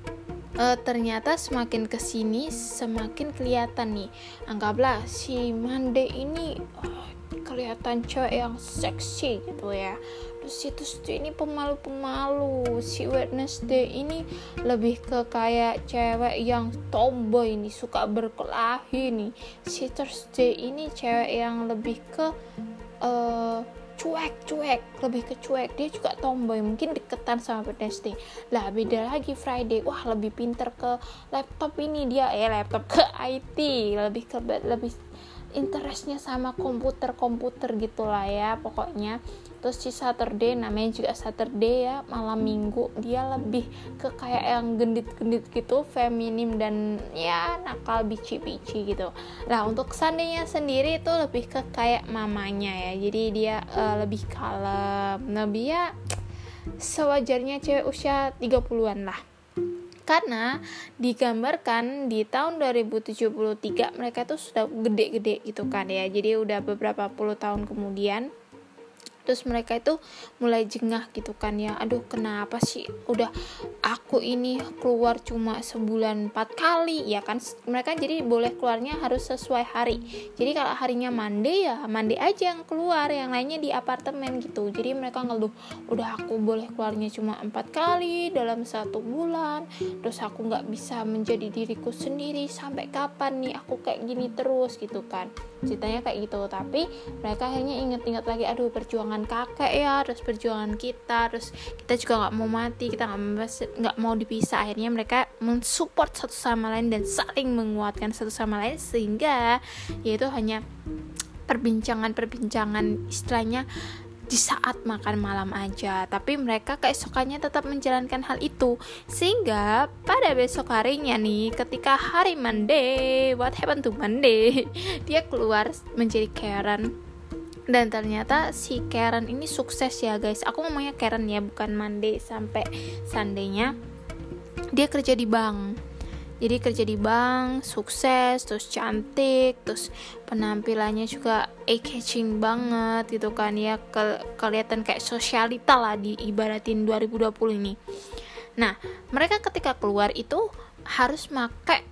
ternyata semakin kesini semakin kelihatan nih. Anggaplah si Monday ini kelihatan cewek yang seksi gitu ya, terus si Tuesday ini pemalu-pemalu, si Wednesday ini lebih ke kayak cewek yang tomboy nih, suka berkelahi nih, si Thursday ini cewek yang lebih ke cuek, lebih ke cuek, dia juga tomboy, mungkin deketan sama Wednesday. Lah beda lagi Friday, wah lebih pinter ke laptop ini dia, laptop ke IT, lebih interestnya sama komputer gitulah ya pokoknya. Terus si Saturday, namanya juga Saturday ya, malam minggu, dia lebih ke kayak yang gendit-gendit gitu, feminim dan ya nakal, bici-bici gitu. Lah untuk Sunday-nya sendiri itu lebih ke kayak mamanya ya, jadi dia lebih kalem, lebih ya sewajarnya cewek usia 30-an lah. Karena digambarkan di tahun 2073 mereka tuh sudah gede-gede gitu kan ya, jadi udah beberapa puluh tahun kemudian. Terus mereka itu mulai jengah gitu kan ya, aduh kenapa sih udah aku ini keluar cuma sebulan 4 kali ya kan. Mereka jadi boleh keluarnya harus sesuai hari, jadi kalau harinya Monday ya Monday aja yang keluar, yang lainnya di apartemen gitu. Jadi mereka ngeluh, udah aku boleh keluarnya cuma 4 kali dalam 1 bulan, terus aku gak bisa menjadi diriku sendiri, sampai kapan nih aku kayak gini terus gitu kan, ceritanya kayak gitu. Tapi mereka akhirnya inget-inget lagi, aduh perjuangan perjuangan kakek ya, terus perjuangan kita, terus kita juga nggak mau mati, kita nggak mau dipisah. Akhirnya mereka mensupport satu sama lain dan saling menguatkan satu sama lain, sehingga yaitu hanya perbincangan istilahnya di saat makan malam aja, tapi mereka keesokannya tetap menjalankan hal itu. Sehingga pada besok harinya nih, ketika hari Monday, what happened to Monday, dia keluar menjadi Karen. Dan ternyata si Karen ini sukses ya guys. Aku ngomongnya Karen ya, bukan Monday sampai Sunday-nya. Dia kerja di bank. Jadi kerja di bank, sukses, terus cantik, terus penampilannya juga eye-catching banget gitu kan ya, kelihatan kayak sosialita lah diibaratin 2020 ini. Nah, mereka ketika keluar itu harus pakai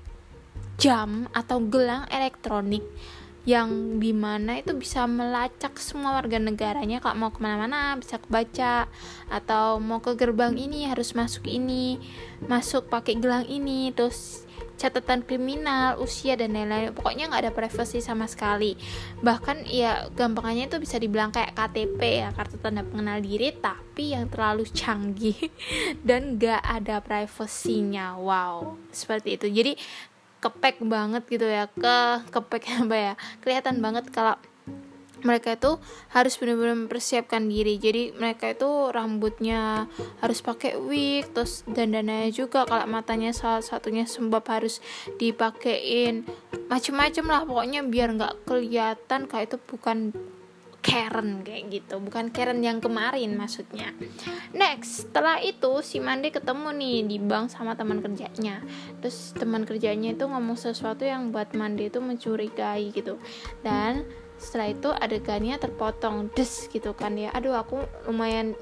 jam atau gelang elektronik yang dimana itu bisa melacak semua warga negaranya. Kalau mau kemana-mana bisa kebaca, atau mau ke gerbang ini harus masuk pakai gelang ini, terus catatan kriminal, usia dan lain-lain. Pokoknya nggak ada privasi sama sekali. Bahkan ya gampangannya itu bisa dibilang kayak KTP ya, kartu tanda pengenal diri, tapi yang terlalu canggih dan nggak ada privasinya. Wow, seperti itu. Jadi kepek banget gitu ya, kepek apa ya, kelihatan banget kalau mereka itu harus benar-benar mempersiapkan diri. Jadi mereka itu rambutnya harus pakai wig, terus dandananya juga, kalau matanya salah satunya sembab harus dipakein, macem-macem lah pokoknya biar nggak kelihatan kayak itu bukan Karen kayak gitu, bukan Karen yang kemarin maksudnya. Next, setelah itu si Mande ketemu nih di bank sama teman kerjanya. Terus teman kerjanya itu ngomong sesuatu yang buat Mande itu mencurigai gitu. Dan setelah itu adegannya terpotong des gitu kan ya. Aduh, aku lumayan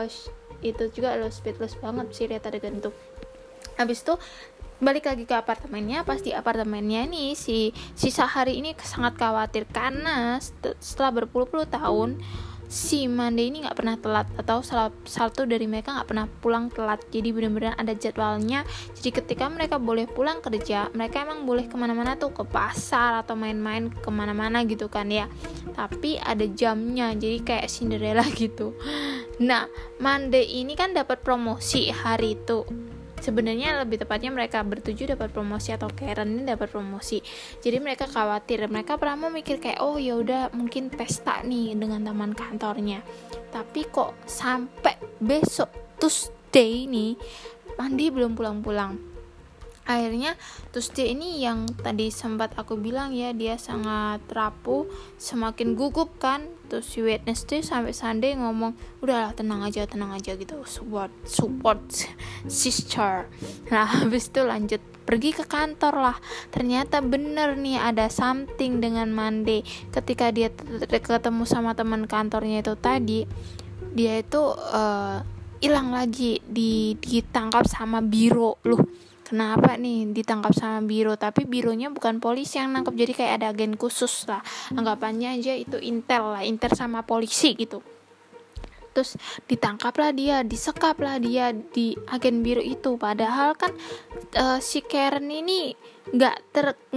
itu juga speechless banget sih lihat adegan itu. Habis itu balik lagi ke apartemennya. Pas di apartemennya nih si Sahari ini sangat khawatir karena setelah berpuluh-puluh tahun si Mande ini nggak pernah telat, atau salah satu dari mereka nggak pernah pulang telat. Jadi benar-benar ada jadwalnya. Jadi ketika mereka boleh pulang kerja, mereka emang boleh kemana-mana tuh, ke pasar atau main-main kemana-mana gitu kan ya, tapi ada jamnya, jadi kayak Cinderella gitu. Nah, Mande ini kan dapat promosi hari itu. Sebenarnya lebih tepatnya mereka bertujuh dapat promosi, atau Karen ini dapat promosi. Jadi mereka khawatir, mereka pernah mikir kayak oh ya udah mungkin pesta nih dengan teman kantornya. Tapi kok sampai besok Tuesday nih Mandi belum pulang-pulang. Akhirnya Tuesday ini yang tadi sempat aku bilang ya, dia sangat rapuh, semakin gugup kan. Terus si Wednesday sampai Sunday ngomong udahlah tenang aja gitu, support sister. Nah habis itu lanjut pergi ke kantor lah. Ternyata bener nih ada something dengan Monday. Ketika dia ketemu sama teman kantornya itu tadi, dia itu hilang lagi, ditangkap sama biro. Loh, kenapa nih ditangkap sama biro? Tapi bironya bukan polisi yang nangkap, jadi kayak ada agen khusus lah, anggapannya aja itu intel sama polisi gitu. Terus ditangkaplah dia, disekaplah dia di agen biro itu. Padahal kan si Karen ini nggak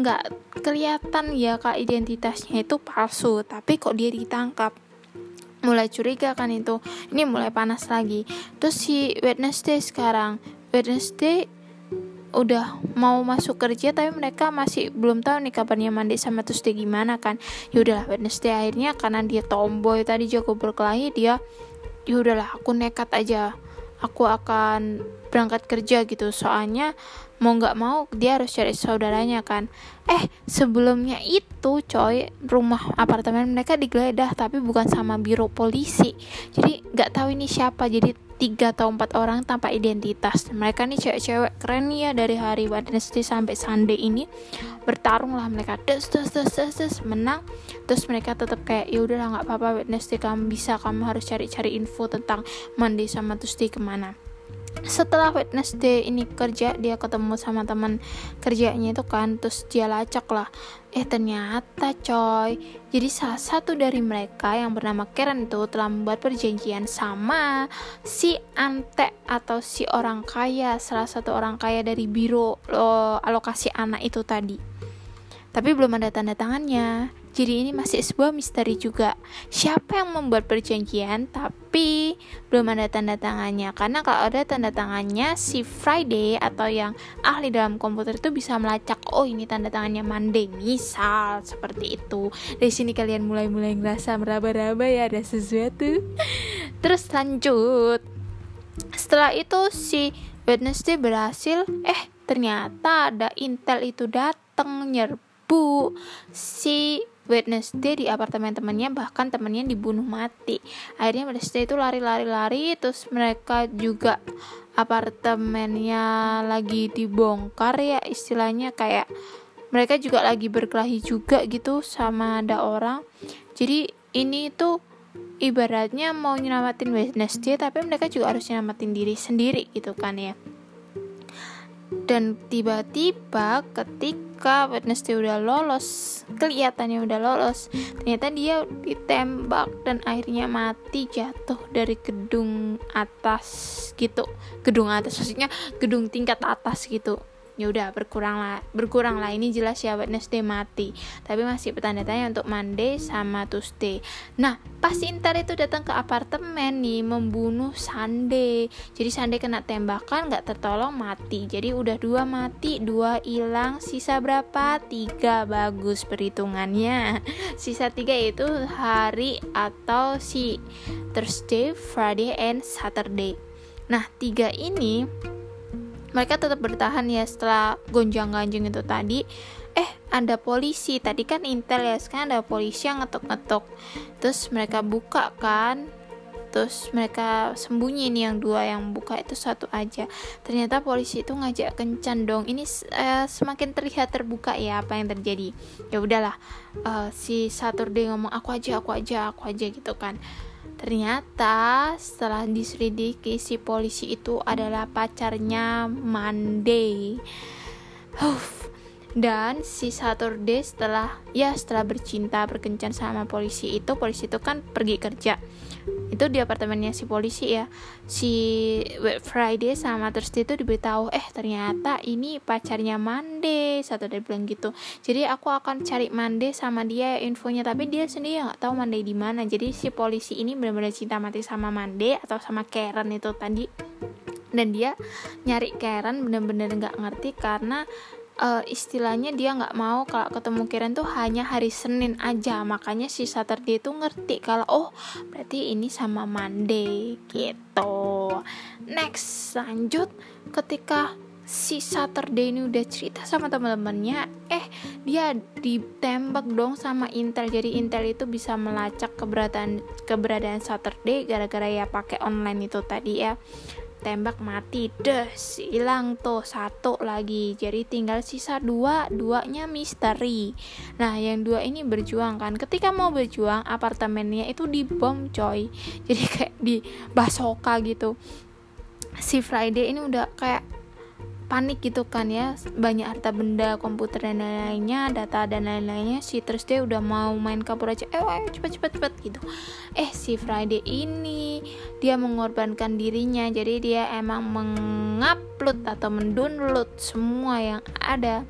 kelihatan ya kak, identitasnya itu palsu, tapi kok dia ditangkap. Mulai curiga kan itu, ini mulai panas lagi. Terus si Wednesday udah mau masuk kerja, tapi mereka masih belum tahu nih kabarnya Monday sama Tuesday gimana kan. Yaudahlah, Wednesday akhirnya karena dia tomboy tadi, jago berkelahi, dia yaudahlah aku nekat aja, aku akan berangkat kerja gitu. Soalnya mau nggak mau dia harus cari saudaranya kan. Sebelumnya itu coy, rumah apartemen mereka digeledah, tapi bukan sama biro polisi. Jadi nggak tahu ini siapa. Jadi 3 atau 4 orang tanpa identitas. Mereka nih cewek-cewek keren ya, dari hari Wednesday sampai Sunday ini bertarung lah mereka, des menang. Terus mereka tetap kayak ya udahlah nggak apa-apa Wednesday, kamu harus cari info tentang Monday sama Tuesday kemana. Setelah Wednesday ini kerja, dia ketemu sama teman kerjanya itu kan, terus dia lacak lah. Ternyata coy, jadi salah satu dari mereka yang bernama Karen itu telah membuat perjanjian sama si Ante, atau si orang kaya, salah satu orang kaya dari biro alokasi anak itu tadi. Tapi belum ada tanda tangannya. Jadi ini masih sebuah misteri juga. Siapa yang membuat perjanjian tapi belum ada tanda tangannya? Karena kalau ada tanda tangannya, si Friday atau yang ahli dalam komputer itu bisa melacak, oh ini tanda tangannya Monday, misal seperti itu. Dari sini kalian mulai ngerasa meraba-raba ya ada sesuatu. Terus lanjut. Setelah itu si Wednesday berhasil, ternyata ada intel itu datang nyerbu si Wednesday di apartemen temannya, bahkan temannya dibunuh mati. Akhirnya Wednesday itu lari, terus mereka juga apartemennya lagi dibongkar ya, istilahnya kayak mereka juga lagi berkelahi juga gitu sama ada orang. Jadi ini tuh ibaratnya mau nyelamatin Wednesday, tapi mereka juga harus nyelamatin diri sendiri gitu kan ya. Dan tiba-tiba ketika Wednesday udah lolos, kelihatannya udah lolos, ternyata dia ditembak dan akhirnya mati jatuh dari gedung atas gitu. Gedung atas maksudnya gedung tingkat atas gitu. Ya udah berkurang lah ini jelas ya Wednesday mati, tapi masih bertanda tanya untuk Monday sama Tuesday. Nah pas Intel itu datang ke apartemen nih membunuh Sunday, jadi Sunday kena tembakan nggak tertolong mati, jadi udah 2 mati 2 hilang, sisa berapa? 3, bagus perhitungannya. Sisa 3 itu hari atau si Thursday, Friday, and Saturday. Nah 3 ini mereka tetap bertahan ya setelah gonjang-ganjing itu tadi. Ada polisi, tadi kan Intel ya, sekarang ada polisi yang ngetok-ngetok. Terus mereka buka kan, terus mereka sembunyi nih, yang 2 yang buka itu 1 aja. Ternyata polisi itu ngajak kencan dong. Ini semakin terlihat terbuka ya apa yang terjadi. Ya udahlah, si Saturday ngomong aku aja gitu kan. Ternyata setelah diselidiki si polisi itu adalah pacarnya Monday. Dan si Saturday setelah bercinta sama polisi itu kan pergi kerja. Itu di apartemennya si polisi ya. Si Friday sama Thursday itu diberitahu, ternyata ini pacarnya Monday. Saturday bilang gitu. Jadi aku akan cari Monday sama dia infonya, tapi dia sendiri nggak tahu Monday di mana. Jadi si polisi ini benar-benar cinta mati sama Monday atau sama Karen itu tadi. Dan dia nyari Karen benar-benar nggak ngerti karena istilahnya dia nggak mau kalau ketemu Karen tuh hanya hari Senin aja. Makanya si Saturday itu ngerti kalau berarti ini sama Monday gitu. Next, lanjut ketika si Saturday ini udah cerita sama teman-temannya, dia ditembak dong sama Intel. Jadi Intel itu bisa melacak keberadaan Saturday gara-gara ya pakai online itu tadi ya. Tembak mati, hilang tuh 1 lagi, jadi tinggal sisa 2-nya misteri. Nah yang 2 ini berjuang kan, ketika mau berjuang apartemennya itu dibom coy, jadi kayak di basoka gitu. Si Friday ini udah kayak panik gitu kan ya, banyak harta benda, komputer dan lain-lainnya, data dan lain-lainnya. Si Thursday udah mau main kabur aja, ayo cepet gitu. Si Friday ini dia mengorbankan dirinya, jadi dia emang mengupload atau mendownload semua yang ada,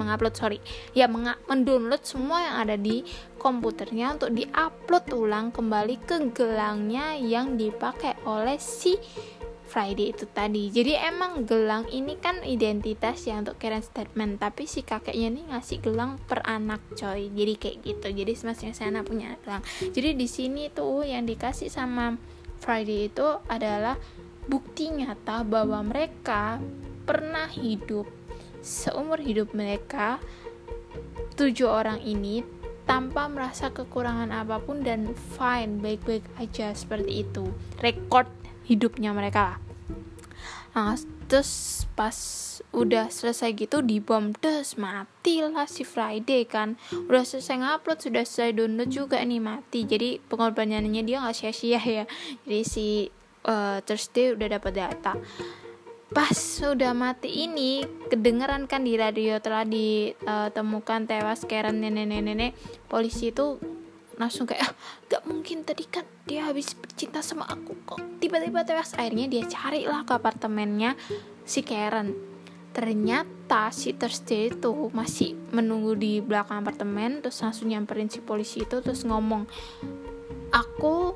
mendownload semua yang ada di komputernya untuk diupload ulang kembali ke gelangnya yang dipakai oleh si Friday itu tadi. Jadi emang gelang ini kan identitas ya untuk Karen statement, tapi si kakeknya nih ngasih gelang per anak coy. Jadi kayak gitu. Jadi masing-masing anak punya gelang. Jadi di sini tuh yang dikasih sama Friday itu adalah bukti nyata bahwa mereka pernah hidup seumur hidup mereka 7 orang ini tanpa merasa kekurangan apapun dan fine, baik-baik aja seperti itu. Rekod hidupnya mereka. Nah, terus pas udah selesai gitu dibom, matilah si Friday kan. Udah selesai ngupload, sudah selesai download juga nih, mati. Jadi pengorbanannya dia nggak sia-sia ya. Jadi si Thursday udah dapat data. Pas udah mati ini kedengeran kan di radio telah ditemukan tewas Karen nenek-nenek. Polisi itu langsung kayak gak mungkin, tadi kan dia habis bercinta sama aku kok tiba-tiba tewas. Akhirnya dia carilah ke apartemennya si Karen. Ternyata si Thursday itu masih menunggu di belakang apartemen, terus langsung nyamperin si polisi itu, terus ngomong, aku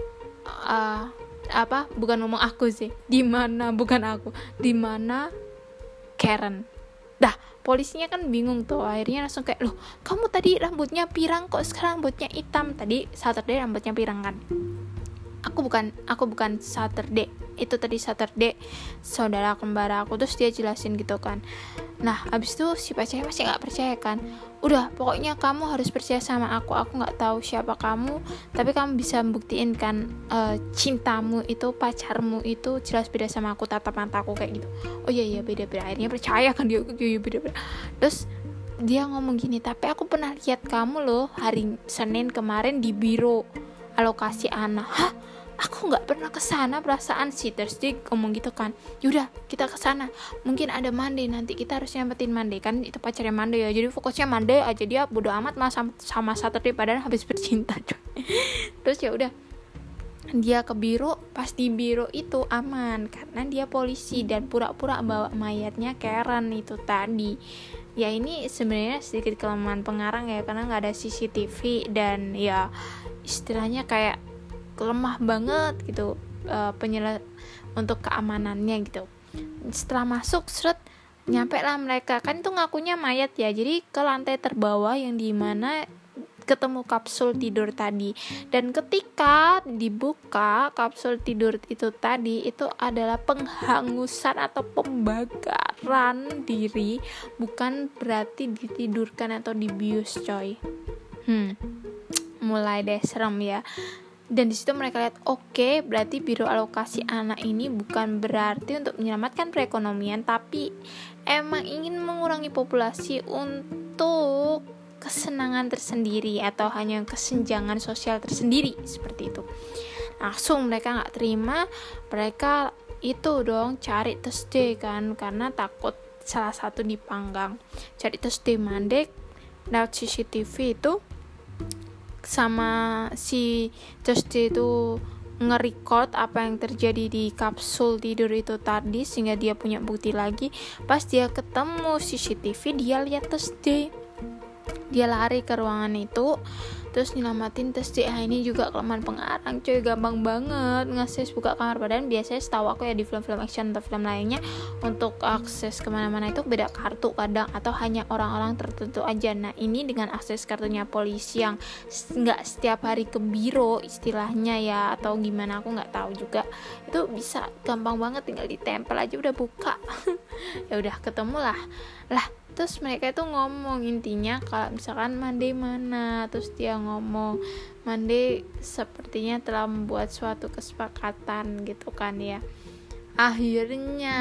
bukan ngomong aku sih, di mana Karen. Dah, polisinya kan bingung tuh, akhirnya langsung kayak, loh kamu tadi rambutnya pirang kok sekarang rambutnya hitam, tadi Saturday rambutnya pirang kan. Aku bukan Saturday, itu tadi Saturday saudara kembar aku. Terus dia jelasin gitu kan. Nah abis itu si pacarnya masih gak percaya kan. Udah pokoknya kamu harus percaya sama aku gak tahu siapa kamu, tapi kamu bisa buktiin kan cintamu itu, pacarmu itu jelas beda sama aku, tatap mataku kayak gitu. Oh iya beda-beda. Akhirnya percaya kan dia, iya beda-beda. Terus dia ngomong gini, tapi aku pernah lihat kamu loh hari Senin kemarin di biro alokasi anak. Hah? Aku nggak pernah kesana, perasaan sih. Terus dia ngomong gitu kan, yaudah kita kesana, mungkin ada Monday, nanti kita harus nyampetin Monday kan, itu pacarnya Monday ya, jadi fokusnya Monday aja, dia bodo amat mah sama Saturday padahal habis bercinta. Terus ya udah dia ke biro. Pas di biro itu aman karena dia polisi dan pura-pura bawa mayatnya Karen itu tadi. Ya ini sebenarnya sedikit kelemahan pengarang ya, karena nggak ada CCTV dan ya istilahnya kayak lemah banget gitu untuk keamanannya gitu. Setelah masuk nyampe lah mereka, kan itu ngakunya mayat ya, jadi ke lantai terbawah yang dimana ketemu kapsul tidur tadi. Dan ketika dibuka kapsul tidur itu tadi, itu adalah penghangusan atau pembakaran diri, bukan berarti ditidurkan atau dibius coy. Mulai deh serem ya. Dan di situ mereka lihat, oke, berarti biro alokasi anak ini bukan berarti untuk menyelamatkan perekonomian, tapi emang ingin mengurangi populasi untuk kesenangan tersendiri atau hanya kesenjangan sosial tersendiri, seperti itu. Langsung mereka nggak terima, mereka itu dong cari Thursday kan, karena takut salah satu dipanggang. Cari Thursday Monday, lewat CCTV itu sama si Thursday itu nge-record apa yang terjadi di kapsul tidur itu tadi, sehingga dia punya bukti lagi. Pas dia ketemu CCTV, dia lihat Thursday, dia lari ke ruangan itu terus nyelamatin Thursday. Ini juga kelemahan pengarang coy, gampang banget ngakses buka kamar. Padahal biasanya setahu aku ya di film-film action atau film lainnya, untuk akses kemana-mana itu beda kartu kadang, atau hanya orang-orang tertentu aja. Nah ini dengan akses kartunya polisi yang nggak setiap hari ke biro istilahnya ya, atau gimana aku nggak tahu juga, itu bisa gampang banget, tinggal ditempel aja udah buka. Ya udah ketemu lah. Terus mereka itu ngomong intinya kalau misalkan Monday mana, terus dia ngomong Monday sepertinya telah membuat suatu kesepakatan gitu kan ya. Akhirnya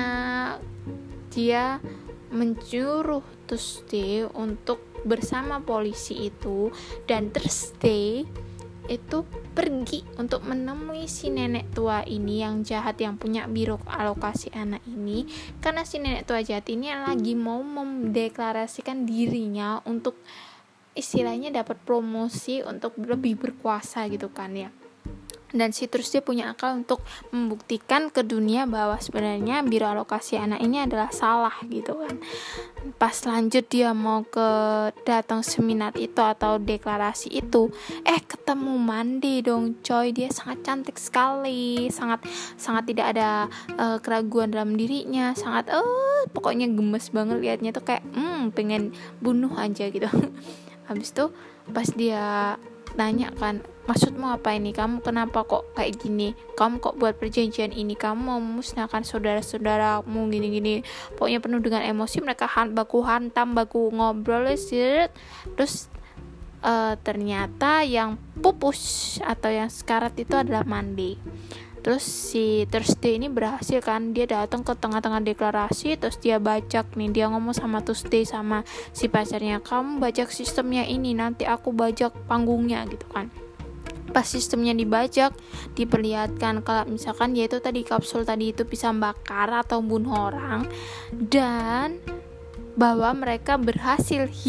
dia menyuruh Thursday untuk bersama polisi itu, dan Thursday itu pergi untuk menemui si nenek tua ini yang jahat, yang punya biro alokasi anak ini, karena si nenek tua jahat ini lagi mau mendeklarasikan dirinya untuk istilahnya dapat promosi untuk lebih berkuasa gitu kan ya. Dan si terus dia punya akal untuk membuktikan ke dunia bahwa sebenarnya biro alokasi anak ini adalah salah gitu kan. Pas lanjut dia mau ke datang seminar itu atau deklarasi itu, ketemu Mandi dong coy. Dia sangat cantik sekali, sangat tidak ada keraguan dalam dirinya, sangat pokoknya gemes banget liatnya tuh, kayak pengen bunuh aja gitu. Habis itu pas dia nanya kan, maksudmu apa ini, kamu kenapa kok kayak gini, kamu kok buat perjanjian ini, kamu mau memusnahkan saudara-saudaramu gini-gini, pokoknya penuh dengan emosi. Mereka baku hantam, baku ngobrol sih. Terus ternyata yang pupus atau yang sekarat itu adalah Monday. Terus si Thursday ini berhasil kan, dia datang ke tengah-tengah deklarasi, terus dia bajak nih, dia ngomong sama Thursday sama si pacarnya, kamu bajak sistemnya ini, nanti aku bajak panggungnya gitu kan. Pas sistemnya dibajak, diperlihatkan kalau misalkan yaitu tadi kapsul tadi itu bisa bakar atau bunuh orang, dan bahwa mereka berhasil hidup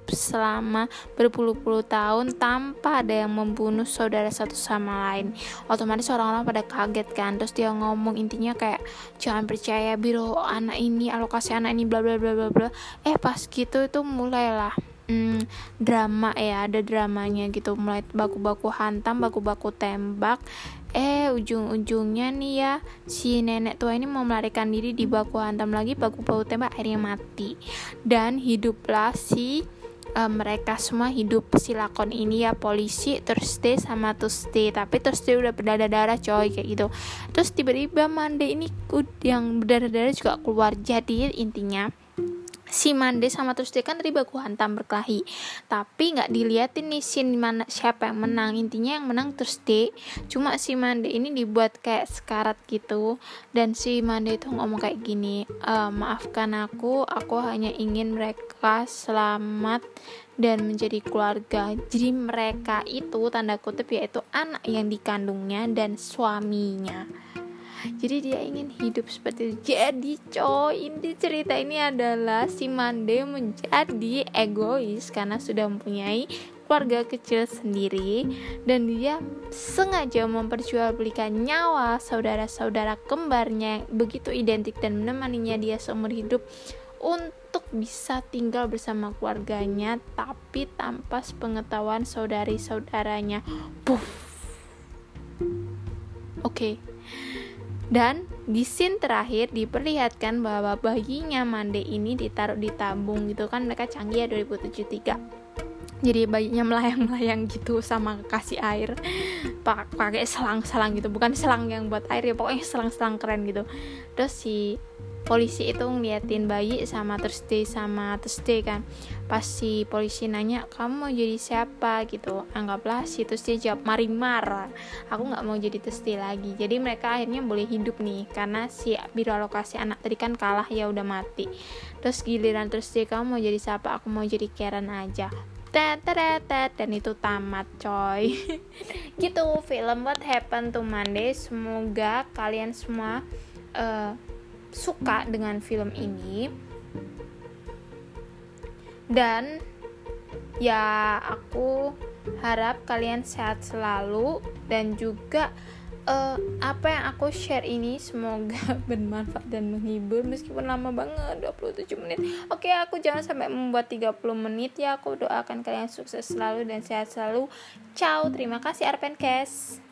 hidup selama berpuluh-puluh tahun tanpa ada yang membunuh saudara satu sama lain. Otomatis orang-orang pada kaget kan. Terus dia ngomong intinya kayak jangan percaya biro anak ini, alokasi anak ini, bla bla bla bla bla. Pas gitu itu mulailah drama ya, ada dramanya gitu, mulai baku-baku hantam, baku-baku tembak. Ujung-ujungnya nih ya, si nenek tua ini mau melarikan diri, di baku hantam lagi, baku-baku tembak, akhirnya mati. Dan hiduplah si mereka semua hidup, si lakon ini ya, polisi, Thursday sama Tuesday. Tapi Thursday udah berdarah-darah coy, kayak gitu. Terus tiba-tiba Monday ini yang berdarah-darah juga keluar. Jadi intinya si Monday sama Tuesday kan tadi baku hantam berkelahi, tapi nggak diliatin nih scene mana siapa yang menang. Intinya yang menang Tuesday, cuma si Monday ini dibuat kayak sekarat gitu. Dan si Monday itu ngomong kayak gini, maafkan aku hanya ingin mereka selamat dan menjadi keluarga. Jadi mereka itu tanda kutip yaitu anak yang dikandungnya dan suaminya. Jadi dia ingin hidup seperti itu. Jadi coy, inti cerita ini adalah si Monday menjadi egois karena sudah mempunyai keluarga kecil sendiri, dan dia sengaja memperjualbelikan nyawa saudara-saudara kembarnya yang begitu identik dan menemaninya dia seumur hidup untuk bisa tinggal bersama keluarganya, tapi tanpa sepengetahuan saudari-saudaranya. Oke. Dan di scene terakhir diperlihatkan bahwa bayinya Monday ini ditaruh di tabung gitu kan, mereka canggih ya 2073. Jadi bayinya melayang-melayang gitu sama kasih air pakai selang-selang gitu, bukan selang yang buat air ya, pokoknya selang-selang keren gitu. Terus si polisi itu ngeliatin bayi sama Thursday kan. Pas si polisi nanya, kamu mau jadi siapa gitu, anggaplah si Thursday jawab Marimar, aku gak mau jadi Thursday lagi. Jadi mereka akhirnya boleh hidup nih, karena si biro alokasi anak tadi kan kalah ya, udah mati. Terus giliran Thursday, kamu mau jadi siapa, aku mau jadi Karen aja. Dan itu tamat coy. Gitu film What Happened to Monday. Semoga kalian semua suka dengan film ini, dan ya aku harap kalian sehat selalu, dan juga apa yang aku share ini semoga bermanfaat dan menghibur meskipun lama banget 27 menit. Oke, aku jangan sampai membuat 30 menit ya. Aku doakan kalian sukses selalu dan sehat selalu. Ciao, terima kasih Arpencast.